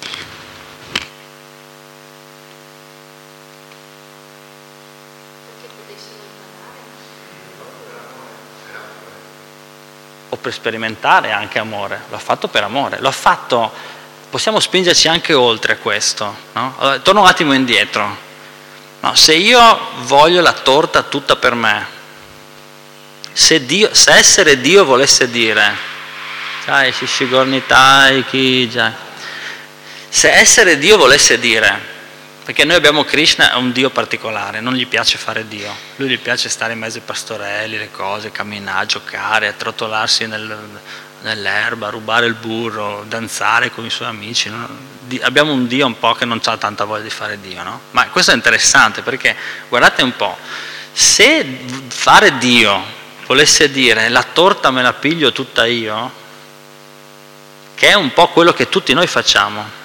O per sperimentare anche amore, l'ha fatto per amore, l'ha fatto, possiamo spingerci anche oltre questo, no? Allora, torno un attimo indietro, no, se io voglio la torta tutta per me, se, Dio, se essere Dio volesse dire, sai, shishigornitai chi già, se essere Dio volesse dire, perché noi abbiamo Krishna, è un Dio particolare, non gli piace fare Dio, lui gli piace stare in mezzo ai pastorelli, le cose, camminare, giocare, trottolarsi nel, nell'erba, rubare il burro, danzare con i suoi amici, no? Abbiamo un Dio un po' che non ha tanta voglia di fare Dio, no? Ma questo è interessante perché, guardate un po', se fare Dio volesse dire la torta me la piglio tutta io, che è un po' quello che tutti noi facciamo,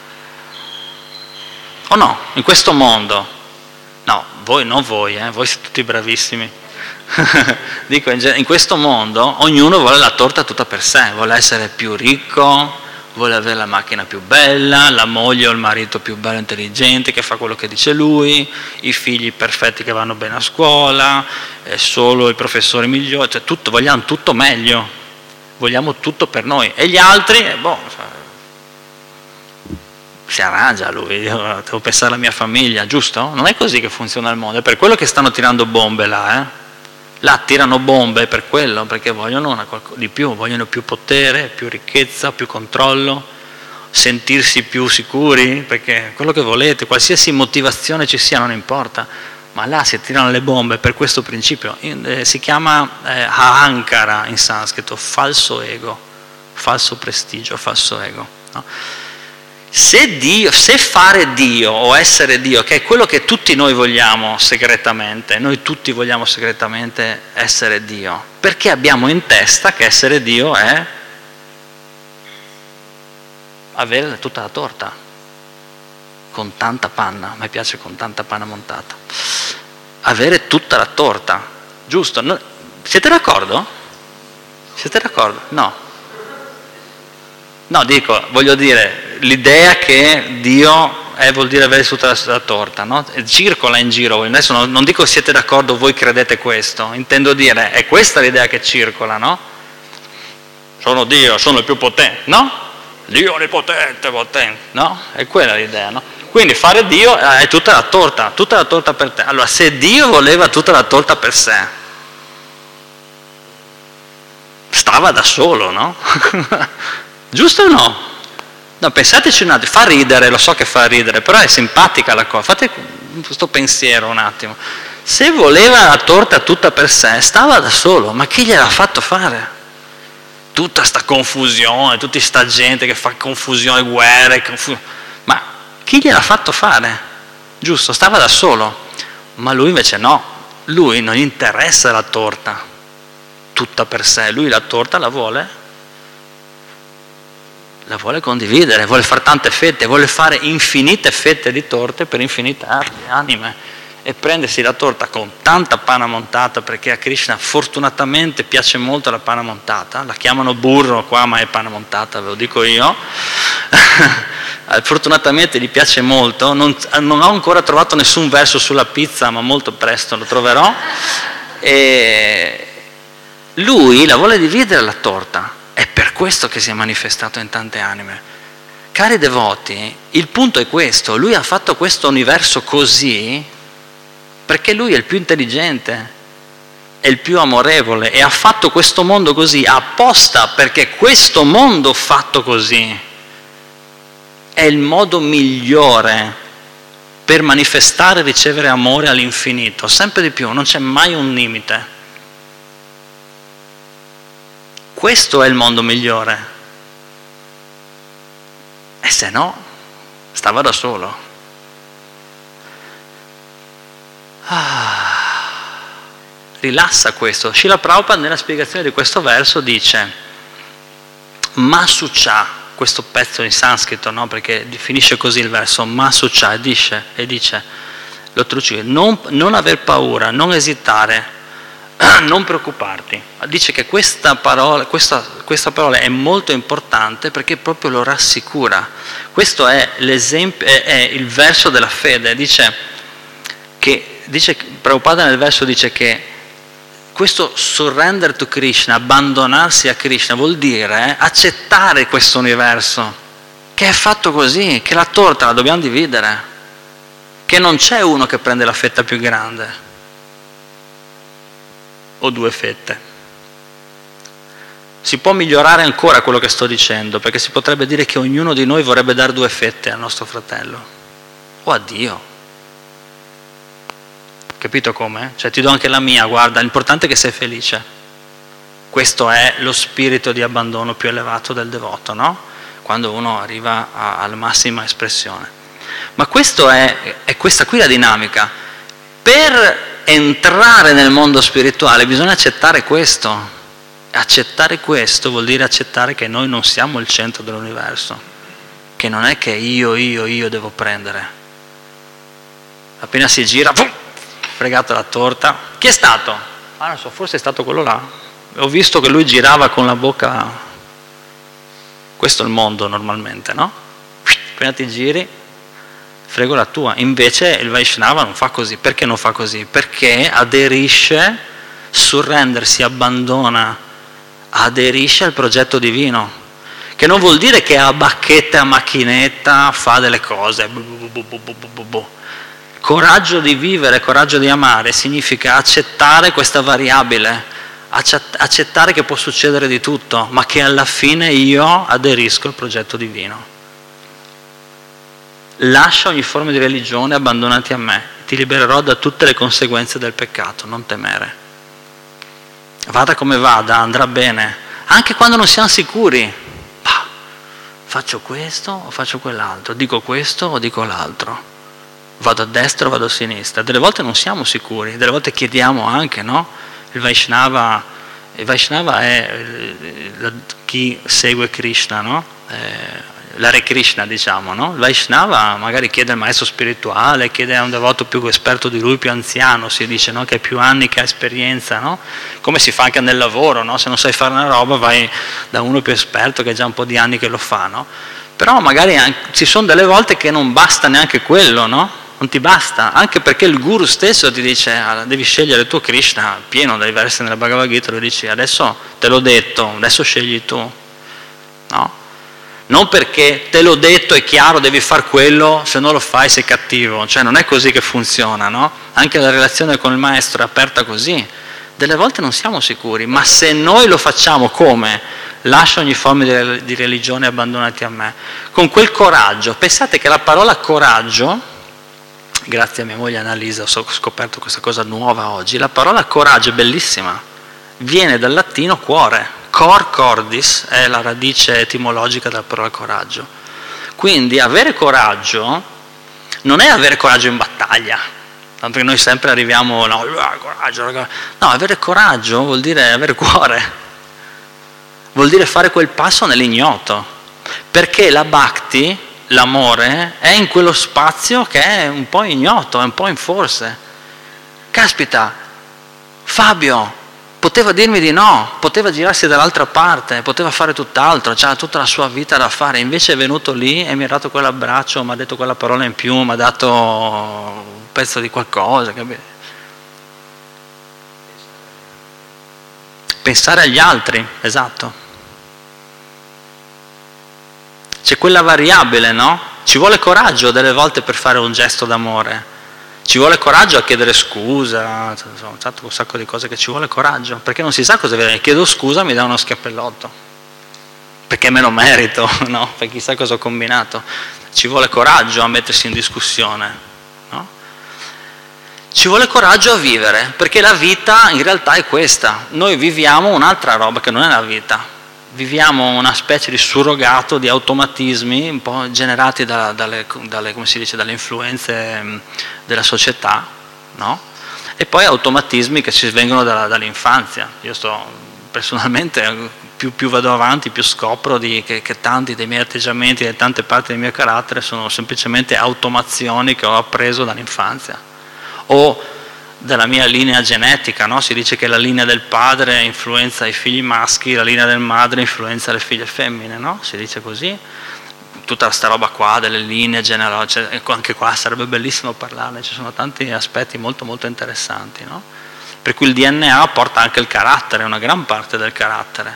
o no? In questo mondo, no, voi non voi, eh, voi siete tutti bravissimi. Dico, in, in questo mondo ognuno vuole la torta tutta per sé, vuole essere più ricco, vuole avere la macchina più bella, la moglie o il marito più bello e intelligente che fa quello che dice lui, i figli perfetti che vanno bene a scuola, eh, solo i professori migliori, cioè tutto, vogliamo tutto meglio, vogliamo tutto per noi. E gli altri, eh, boh, si arrangia lui, io devo pensare alla mia famiglia, giusto? Non è così che funziona il mondo, è per quello che stanno tirando bombe là, eh? Là tirano bombe per quello, perché vogliono una, di più, vogliono più potere, più ricchezza, più controllo, sentirsi più sicuri, perché quello che volete, qualsiasi motivazione ci sia non importa, ma là si tirano le bombe per questo principio. Eh, si chiama eh, ahankara in sanscrito, falso ego, falso prestigio, falso ego, no? Se, Dio, se fare Dio o essere Dio, che è quello che tutti noi vogliamo segretamente, noi tutti vogliamo segretamente essere Dio, perché abbiamo in testa che essere Dio è avere tutta la torta, con tanta panna, a me piace con tanta panna montata, avere tutta la torta, giusto? No, siete d'accordo? Siete d'accordo? No. No, dico, voglio dire, l'idea che Dio è, vuol dire avere tutta la, la torta, no? Circola in giro, adesso non, non dico siete d'accordo, voi credete questo, intendo dire, è questa l'idea che circola, no? Sono Dio, sono il più potente, no? Dio onnipotente, potente, no? È quella l'idea, no? Quindi fare Dio è tutta la torta, tutta la torta per te. Allora, se Dio voleva tutta la torta per sé, stava da solo, no? Giusto o no? No, pensateci un attimo, fa ridere, lo so che fa ridere, però è simpatica la cosa, fate questo pensiero un attimo. Se voleva la torta tutta per sé, stava da solo, ma chi gliel'ha fatto fare? Tutta sta confusione, tutta sta gente che fa confusione, guerre, confu... ma chi gliel'ha fatto fare? Giusto, stava da solo, ma lui invece no, lui non gli interessa la torta tutta per sé, lui la torta la vuole la vuole condividere, vuole fare tante fette, vuole fare infinite fette di torte per infinite anime e prendersi la torta con tanta panna montata, perché a Krishna fortunatamente piace molto la panna montata, la chiamano burro qua ma è panna montata, ve lo dico io, fortunatamente gli piace molto, non, non ho ancora trovato nessun verso sulla pizza ma molto presto lo troverò, e lui la vuole dividere la torta. È per questo che si è manifestato in tante anime. Cari devoti, il punto è questo, lui ha fatto questo universo così perché lui è il più intelligente, è il più amorevole e ha fatto questo mondo così apposta perché questo mondo fatto così è il modo migliore per manifestare e ricevere amore all'infinito, sempre di più, non c'è mai un limite. Questo è il mondo migliore. E se no, stava da solo. Ah, rilassa questo. Srila Prabhupada nella spiegazione di questo verso dice Masucha, questo pezzo in sanscrito, no? Perché finisce così il verso, Masucha, e dice, e dice lo traduce, non, non aver paura, non esitare, non preoccuparti. Dice che questa parola, questa, questa parola è molto importante perché proprio lo rassicura. Questo è l'esempio, è, è il verso della fede. Dice che, dice, Prabhupada nel verso dice che questo surrender to Krishna, abbandonarsi a Krishna, vuol dire accettare questo universo, che è fatto così, che la torta la dobbiamo dividere, che non c'è uno che prende la fetta più grande o due fette. Si può migliorare ancora quello che sto dicendo, perché si potrebbe dire che ognuno di noi vorrebbe dare due fette al nostro fratello o a Dio. Capito come? Cioè ti do anche la mia, guarda, l'importante è che sei felice. Questo è lo spirito di abbandono più elevato del devoto, no? Quando uno arriva a, alla massima espressione. Ma questo è, è questa qui la dinamica. Per entrare nel mondo spirituale bisogna accettare questo. Accettare questo vuol dire accettare che noi non siamo il centro dell'universo, che non è che io, io, io devo prendere. Appena si gira, pum, fregato la torta. Chi è stato? Ah, non so, forse è stato quello là. Ho visto che lui girava con la bocca. Questo è il mondo normalmente, no? Appena ti giri, frego la tua. Invece il Vaishnava non fa così. Perché non fa così? Perché aderisce, surrendersi, abbandona, aderisce al progetto divino, che non vuol dire che a bacchetta, a macchinetta fa delle cose. Coraggio di vivere, coraggio di amare significa accettare questa variabile, accettare che può succedere di tutto, ma che alla fine io aderisco al progetto divino. Lascia ogni forma di religione, abbandonati a me. ti libererò da tutte le conseguenze del peccato, non temere. Vada come vada, andrà bene, anche quando non siamo sicuri. Bah, faccio questo o faccio quell'altro, dico questo o dico l'altro, vado a destra o vado a sinistra. Delle volte non siamo sicuri, delle volte chiediamo anche, no? Il Vaishnava, il Vaishnava è chi segue Krishna, no? Eh, l'Hare Krishna, diciamo, no? Il Vaishnava magari chiede al maestro spirituale, chiede a un devoto più esperto di lui, più anziano, si dice, no? Che ha più anni, che ha esperienza, no? Come si fa anche nel lavoro, no? Se non sai fare una roba vai da uno più esperto che ha già un po' di anni che lo fa, no? Però magari anche, ci sono delle volte che non basta neanche quello, no? Non ti basta, anche perché il guru stesso ti dice ah, devi scegliere il tuo Krishna, pieno dai versi nella Bhagavad Gita, lo dici adesso te l'ho detto, adesso scegli tu, no? Non perché te l'ho detto, è chiaro, devi fare quello, se non lo fai sei cattivo, cioè non è così che funziona, no? Anche la relazione con il maestro è aperta così, delle volte non siamo sicuri, ma se noi lo facciamo come? Lascia ogni forma di religione e abbandonati a me, con quel coraggio. Pensate che la parola coraggio, grazie a mia moglie Annalisa ho scoperto questa cosa nuova oggi, la parola coraggio è bellissima, viene dal latino cuore. Cor cordis è la radice etimologica della parola coraggio. Quindi avere coraggio non è avere coraggio in battaglia, tanto che noi sempre arriviamo, no, coraggio, no, avere coraggio vuol dire avere cuore, vuol dire fare quel passo nell'ignoto, perché la bhakti, l'amore, è in quello spazio che è un po' ignoto, è un po' in forse. Caspita, Fabio poteva dirmi di no, poteva girarsi dall'altra parte, poteva fare tutt'altro, c'ha tutta la sua vita da fare, invece è venuto lì e mi ha dato quell'abbraccio, mi ha detto quella parola in più, mi ha dato un pezzo di qualcosa, capito? Pensare agli altri, esatto. C'è quella variabile, no? Ci vuole coraggio delle volte per fare un gesto d'amore. Ci vuole coraggio a chiedere scusa, insomma, un sacco di cose che ci vuole coraggio, perché non si sa cosa viene. Chiedo scusa, mi dà uno scappellotto, perché me lo merito, no? Perché chissà cosa ho combinato. Ci vuole coraggio a mettersi in discussione, no? Ci vuole coraggio a vivere, perché la vita in realtà è questa. Noi viviamo un'altra roba che non è la vita. Viviamo una specie di surrogato di automatismi un po' generati da, dalle, dalle, come si dice, dalle influenze della società, no? E poi automatismi che ci vengono dalla, dall'infanzia. Io sto personalmente, più, più vado avanti, più scopro di, che, che tanti dei miei atteggiamenti e tante parti del mio carattere sono semplicemente automazioni che ho appreso dall'infanzia. O della mia linea genetica, no? Si dice che la linea del padre influenza i figli maschi, la linea del madre influenza le figlie femmine, no? Si dice così. Tutta questa roba qua delle linee genealogiche, cioè, anche qua sarebbe bellissimo parlarne, ci sono tanti aspetti molto molto interessanti, no? Per cui il D N A porta anche il carattere, una gran parte del carattere.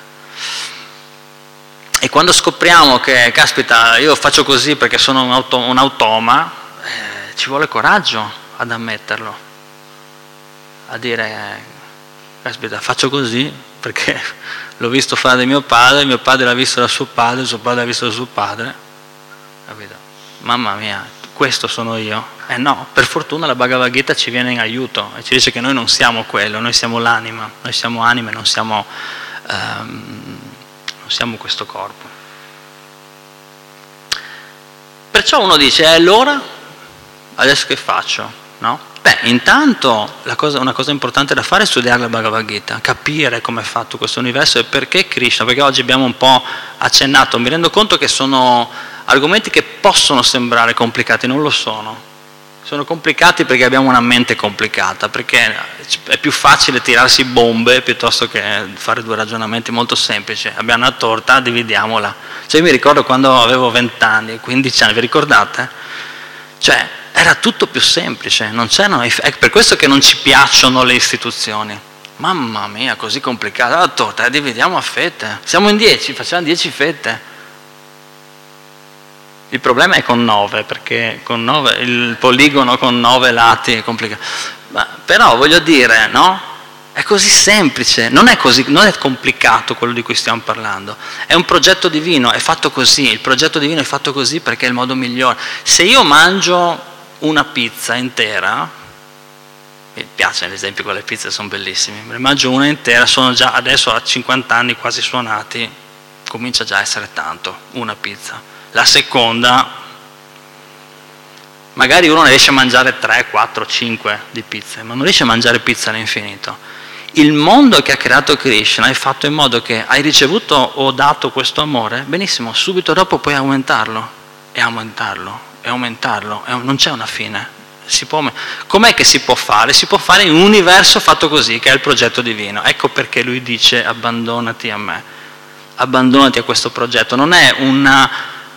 E quando scopriamo che, caspita, io faccio così perché sono un, auto, un automa, eh, ci vuole coraggio ad ammetterlo, a dire, caspita, faccio così perché l'ho visto fare da mio padre, mio padre l'ha visto da suo padre, suo padre l'ha visto da suo padre, capito? Mamma mia, questo sono io. Eh no, per fortuna la Bhagavad Gita ci viene in aiuto e ci dice che noi non siamo quello, noi siamo l'anima, noi siamo anime, non siamo, um, non siamo questo corpo. Perciò uno dice, eh, allora, adesso che faccio? No? Beh, intanto la cosa, una cosa importante da fare è studiare la Bhagavad Gita, capire come è fatto questo universo e perché Krishna, perché oggi abbiamo un po' accennato, mi rendo conto che sono argomenti che possono sembrare complicati, non lo sono. Sono complicati perché abbiamo una mente complicata, perché è più facile tirarsi bombe piuttosto che fare due ragionamenti molto semplici. Abbiamo una torta, dividiamola. Cioè io mi ricordo quando avevo venti anni, quindici anni, vi ricordate? Cioè era tutto più semplice, non c'erano, è per questo che non ci piacciono le istituzioni. Mamma mia, così complicata la torta, la dividiamo a fette. Siamo in dieci, facciamo dieci fette. Il problema è con nove, perché con nove, il poligono con nove lati è complicato. Ma, però voglio dire, no? È così semplice, non è così, non è complicato quello di cui stiamo parlando. È un progetto divino, è fatto così, il progetto divino è fatto così perché è il modo migliore. Se io mangio una pizza intera, Mi piacciono gli esempi con le pizze, sono bellissimi. Me ne mangio una intera, sono già adesso a cinquanta anni quasi suonati, comincia già a essere tanto, una pizza. La seconda, magari uno ne riesce a mangiare tre, quattro, cinque di pizze, ma non riesce a mangiare pizza all'infinito. Il mondo che ha creato Krishna hai fatto in modo che hai ricevuto o dato questo amore, benissimo, subito dopo puoi aumentarlo, e aumentarlo, e aumentarlo, e non c'è una fine. Si può, com'è che si può fare? Si può fare in un universo fatto così, che è il progetto divino. Ecco perché lui dice abbandonati a me, abbandonati a questo progetto. Non è una,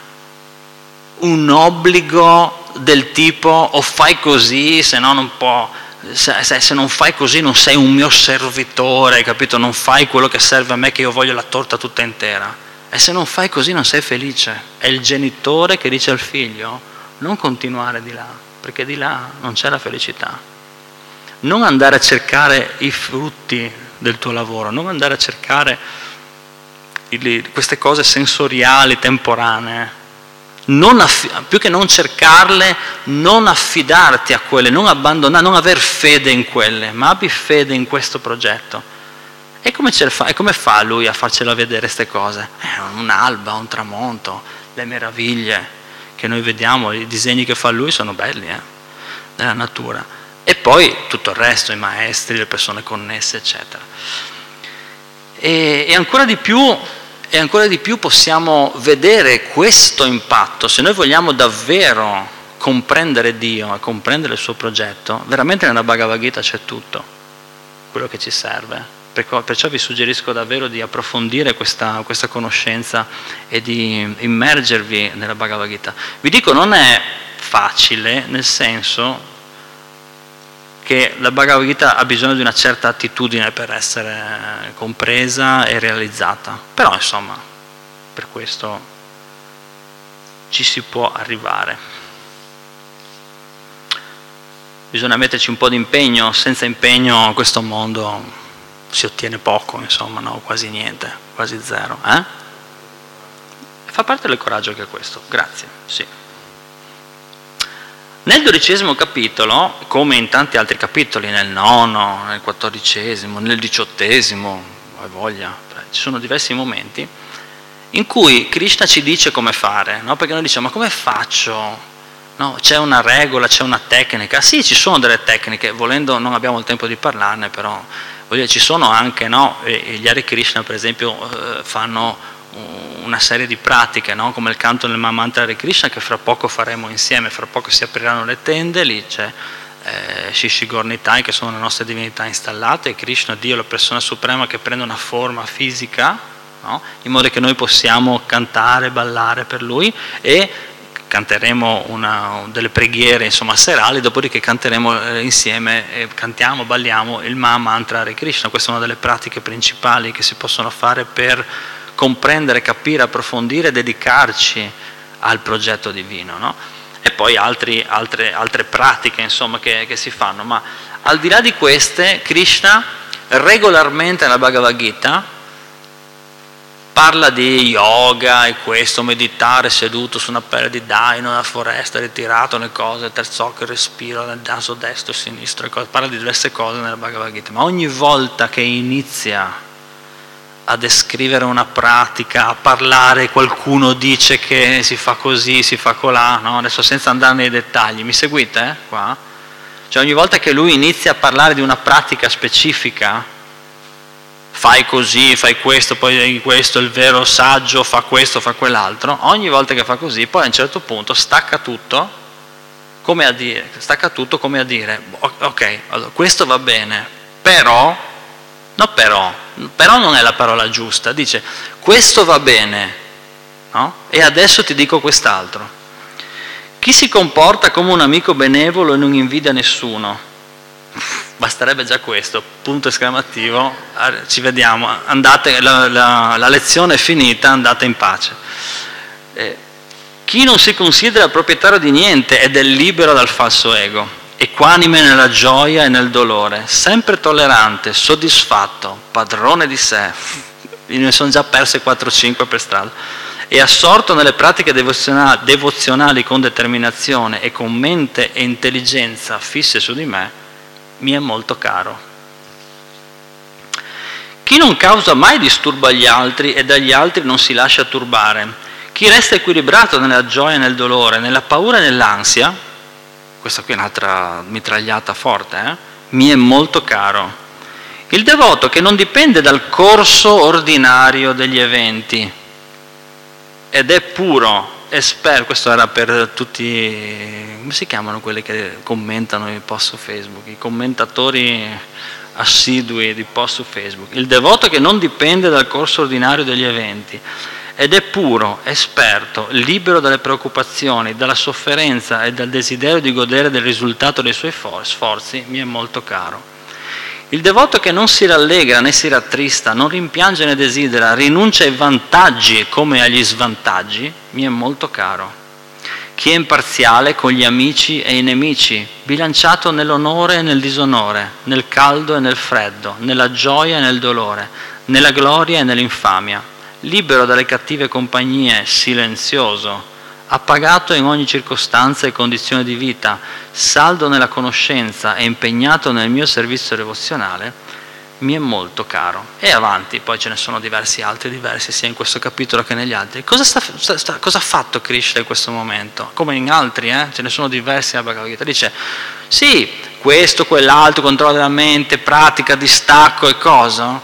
un obbligo del tipo o fai così, se no non può, se, se, se non fai così non sei un mio servitore, capito? Non fai quello che serve a me, che io voglio la torta tutta intera. E se non fai così non sei felice. È il genitore che dice al figlio non continuare di là, perché di là non c'è la felicità. Non andare a cercare i frutti del tuo lavoro, non andare a cercare il, queste cose sensoriali, temporanee, non affi- più che non cercarle, non affidarti a quelle, non abbandonare, non aver fede in quelle, ma abbi fede in questo progetto. E come, ce fa, e come fa lui a farcela vedere queste cose? Eh, un'alba, un tramonto, le meraviglie che noi vediamo, i disegni che fa lui sono belli, eh, della natura. E poi tutto il resto, i maestri, le persone connesse, eccetera. E, e, ancora di più, e ancora di più possiamo vedere questo impatto, se noi vogliamo davvero comprendere Dio e comprendere il suo progetto, veramente nella Bhagavad Gita c'è tutto quello che ci serve. Perciò vi suggerisco davvero di approfondire questa, questa conoscenza e di immergervi nella Bhagavad Gita. Vi dico, non è facile, nel senso che la Bhagavad Gita ha bisogno di una certa attitudine per essere compresa e realizzata. Però, insomma, per questo ci si può arrivare. Bisogna metterci un po' di impegno, senza impegno questo mondo si ottiene poco, insomma, no? Quasi niente, quasi zero. Eh? Fa parte del coraggio che è questo, grazie. Sì. Nel dodicesimo capitolo, come in tanti altri capitoli, nel nono, nel quattordicesimo, nel diciottesimo, hai voglia, ci sono diversi momenti in cui Krishna ci dice come fare, no? Perché noi diciamo, ma come faccio? No, c'è una regola, c'è una tecnica. Sì, ci sono delle tecniche, volendo non abbiamo il tempo di parlarne, però ci sono anche, no? Gli Hare Krishna per esempio fanno una serie di pratiche, no? Come il canto del Mahamantra Hare Krishna, che fra poco faremo insieme, fra poco si apriranno le tende, lì c'è eh, Shishi Gornitai, che sono le nostre divinità installate, e Krishna, Dio, la persona suprema, che prende una forma fisica, no? In modo che noi possiamo cantare, ballare per lui, e canteremo una, delle preghiere, insomma, serali, dopodiché canteremo insieme, e cantiamo, balliamo il Mahamantra Hare Krishna. Questa è una delle pratiche principali che si possono fare per comprendere, capire, approfondire e dedicarci al progetto divino, no? E poi altri, altre, altre pratiche, insomma, che, che si fanno. Ma al di là di queste, Krishna regolarmente nella Bhagavad Gita parla di yoga e questo, meditare seduto su una pelle di daino nella foresta, ritirato nelle cose, terzo occhio, respiro nel naso destro e sinistro, parla di diverse cose nella Bhagavad Gita, ma ogni volta che inizia a descrivere una pratica, a parlare, qualcuno dice che si fa così, si fa colà, no? Adesso senza andare nei dettagli, mi seguite eh? Qua? Cioè ogni volta che lui inizia a parlare di una pratica specifica, fai così, fai questo, poi questo, il vero saggio fa questo, fa quell'altro, ogni volta che fa così, poi a un certo punto stacca tutto, come a dire, stacca tutto come a dire, ok, allora, questo va bene, però, no però, però non è la parola giusta, dice, questo va bene, no? E adesso ti dico quest'altro. Chi si comporta come un amico benevolo e non invidia nessuno, basterebbe già questo, punto esclamativo, ci vediamo, andate, la, la, la lezione è finita, andate in pace. Eh, chi non si considera proprietario di niente ed è libero dal falso ego, equanime nella gioia e nel dolore, sempre tollerante, soddisfatto, padrone di sé, io ne sono già perse quattro cinque per strada, e assorto nelle pratiche devozionali, devozionali con determinazione e con mente e intelligenza fisse su di me, mi è molto caro. Chi non causa mai disturbo agli altri e dagli altri non si lascia turbare, chi resta equilibrato nella gioia e nel dolore, nella paura e nell'ansia, questa qui è un'altra mitragliata forte, eh? Mi è molto caro. Il devoto che non dipende dal corso ordinario degli eventi ed è puro, esperto, questo era per tutti, come si chiamano quelli che commentano i post su Facebook, i commentatori assidui di post su Facebook. Il devoto che non dipende dal corso ordinario degli eventi ed è puro, esperto, libero dalle preoccupazioni, dalla sofferenza e dal desiderio di godere del risultato dei suoi sforzi, mi è molto caro. Il devoto che non si rallegra né si rattrista, non rimpiange né desidera, rinuncia ai vantaggi come agli svantaggi, mi è molto caro. Chi è imparziale con gli amici e i nemici, bilanciato nell'onore e nel disonore, nel caldo e nel freddo, nella gioia e nel dolore, nella gloria e nell'infamia, libero dalle cattive compagnie, silenzioso, appagato in ogni circostanza e condizione di vita, saldo nella conoscenza e impegnato nel mio servizio devozionale, mi è molto caro. E avanti, poi ce ne sono diversi altri diversi, sia in questo capitolo che negli altri. Cosa, sta, sta, cosa ha fatto Krishna in questo momento? Come in altri, eh? Ce ne sono diversi nella Bhagavad Gita. Dice, sì, questo, quell'altro, controllo della mente, pratica, distacco e cosa?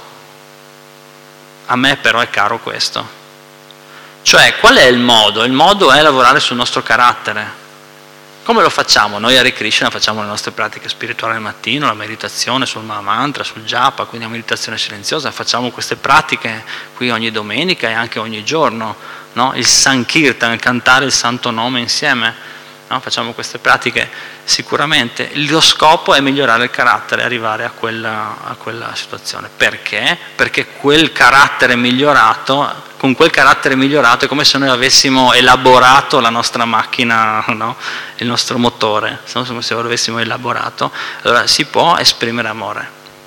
A me però è caro questo. Cioè, qual è il modo? Il modo è lavorare sul nostro carattere. Come lo facciamo? Noi a Hare Krishna facciamo le nostre pratiche spirituali al mattino, la meditazione sul Mahamantra, sul Japa, quindi la meditazione silenziosa, facciamo queste pratiche qui ogni domenica e anche ogni giorno, no? Il Sankirtan, cantare il santo nome insieme, no? Facciamo queste pratiche sicuramente. Lo scopo è migliorare il carattere, arrivare a quella, a quella situazione. Perché? Perché quel carattere migliorato... Con quel carattere migliorato è come se noi avessimo elaborato la nostra macchina, no? Il nostro motore, come se lo avessimo elaborato, allora si può esprimere amore,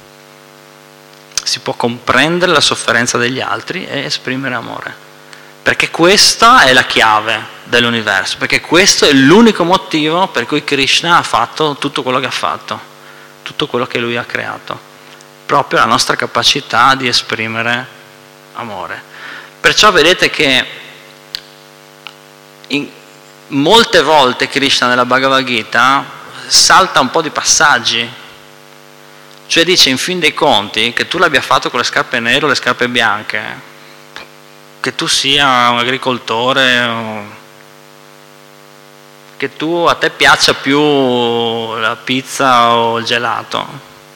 si può comprendere la sofferenza degli altri e esprimere amore, perché questa è la chiave dell'universo, perché questo è l'unico motivo per cui Krishna ha fatto tutto quello che ha fatto, tutto quello che lui ha creato, proprio la nostra capacità di esprimere amore. Perciò vedete che in molte volte Krishna nella Bhagavad Gita salta un po' di passaggi, cioè dice in fin dei conti che tu l'abbia fatto con le scarpe nere o le scarpe bianche, che tu sia un agricoltore, che tu a te piaccia più la pizza o il gelato,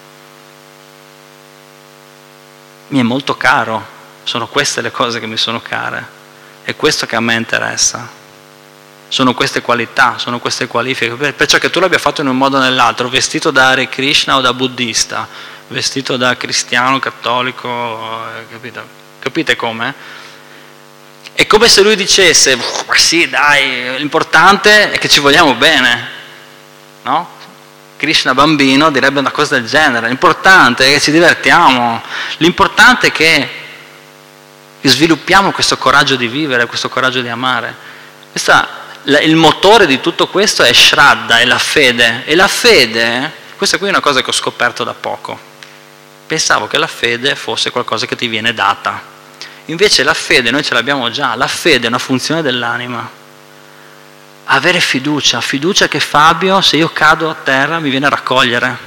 mi è molto caro. Sono queste le cose che mi sono care, è questo che a me interessa, sono queste qualità, sono queste qualifiche, perciò che tu l'abbia fatto in un modo o nell'altro, vestito da Hare Krishna o da buddista, vestito da cristiano, cattolico, capite, capite come? È come se lui dicesse, sì dai, l'importante è che ci vogliamo bene, no? Krishna bambino direbbe una cosa del genere, l'importante è che ci divertiamo, l'importante è che sviluppiamo questo coraggio di vivere, questo coraggio di amare. Questa, il motore di tutto questo è Shraddha, è la fede. E la fede, questa qui è una cosa che ho scoperto da poco. Pensavo che la fede fosse qualcosa che ti viene data. Invece la fede noi ce l'abbiamo già. La fede è una funzione dell'anima. Avere fiducia, fiducia che Fabio, se io cado a terra, mi viene a raccogliere.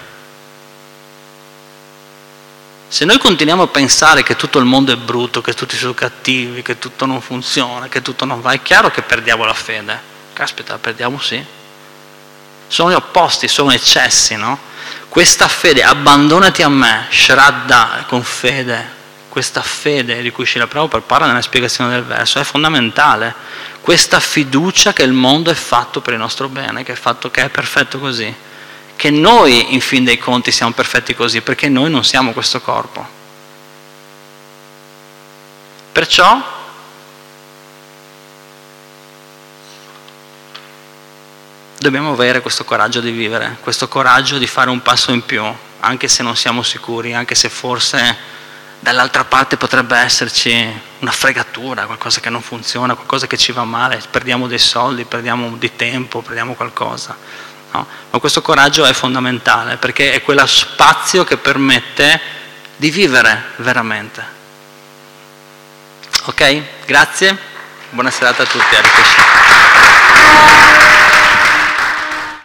Se noi continuiamo a pensare che tutto il mondo è brutto, che tutti sono cattivi, che tutto non funziona, che tutto non va, è chiaro che perdiamo la fede. Caspita, perdiamo sì. Sono gli opposti, sono eccessi, no? Questa fede, abbandonati a me, Shraddha, con fede, questa fede di cui Srila Prabhupada parla nella spiegazione del verso, è fondamentale. Questa fiducia che il mondo è fatto per il nostro bene, che è fatto, che è perfetto così. Che noi in fin dei conti siamo perfetti così, perché noi non siamo questo corpo. Perciò dobbiamo avere questo coraggio di vivere, questo coraggio di fare un passo in più, anche se non siamo sicuri, anche se forse dall'altra parte potrebbe esserci una fregatura, qualcosa che non funziona, qualcosa che ci va male, perdiamo dei soldi, perdiamo di tempo, perdiamo qualcosa. no? Ma questo coraggio è fondamentale, perché è quello spazio che permette di vivere veramente. Ok? Grazie, buona serata a tutti.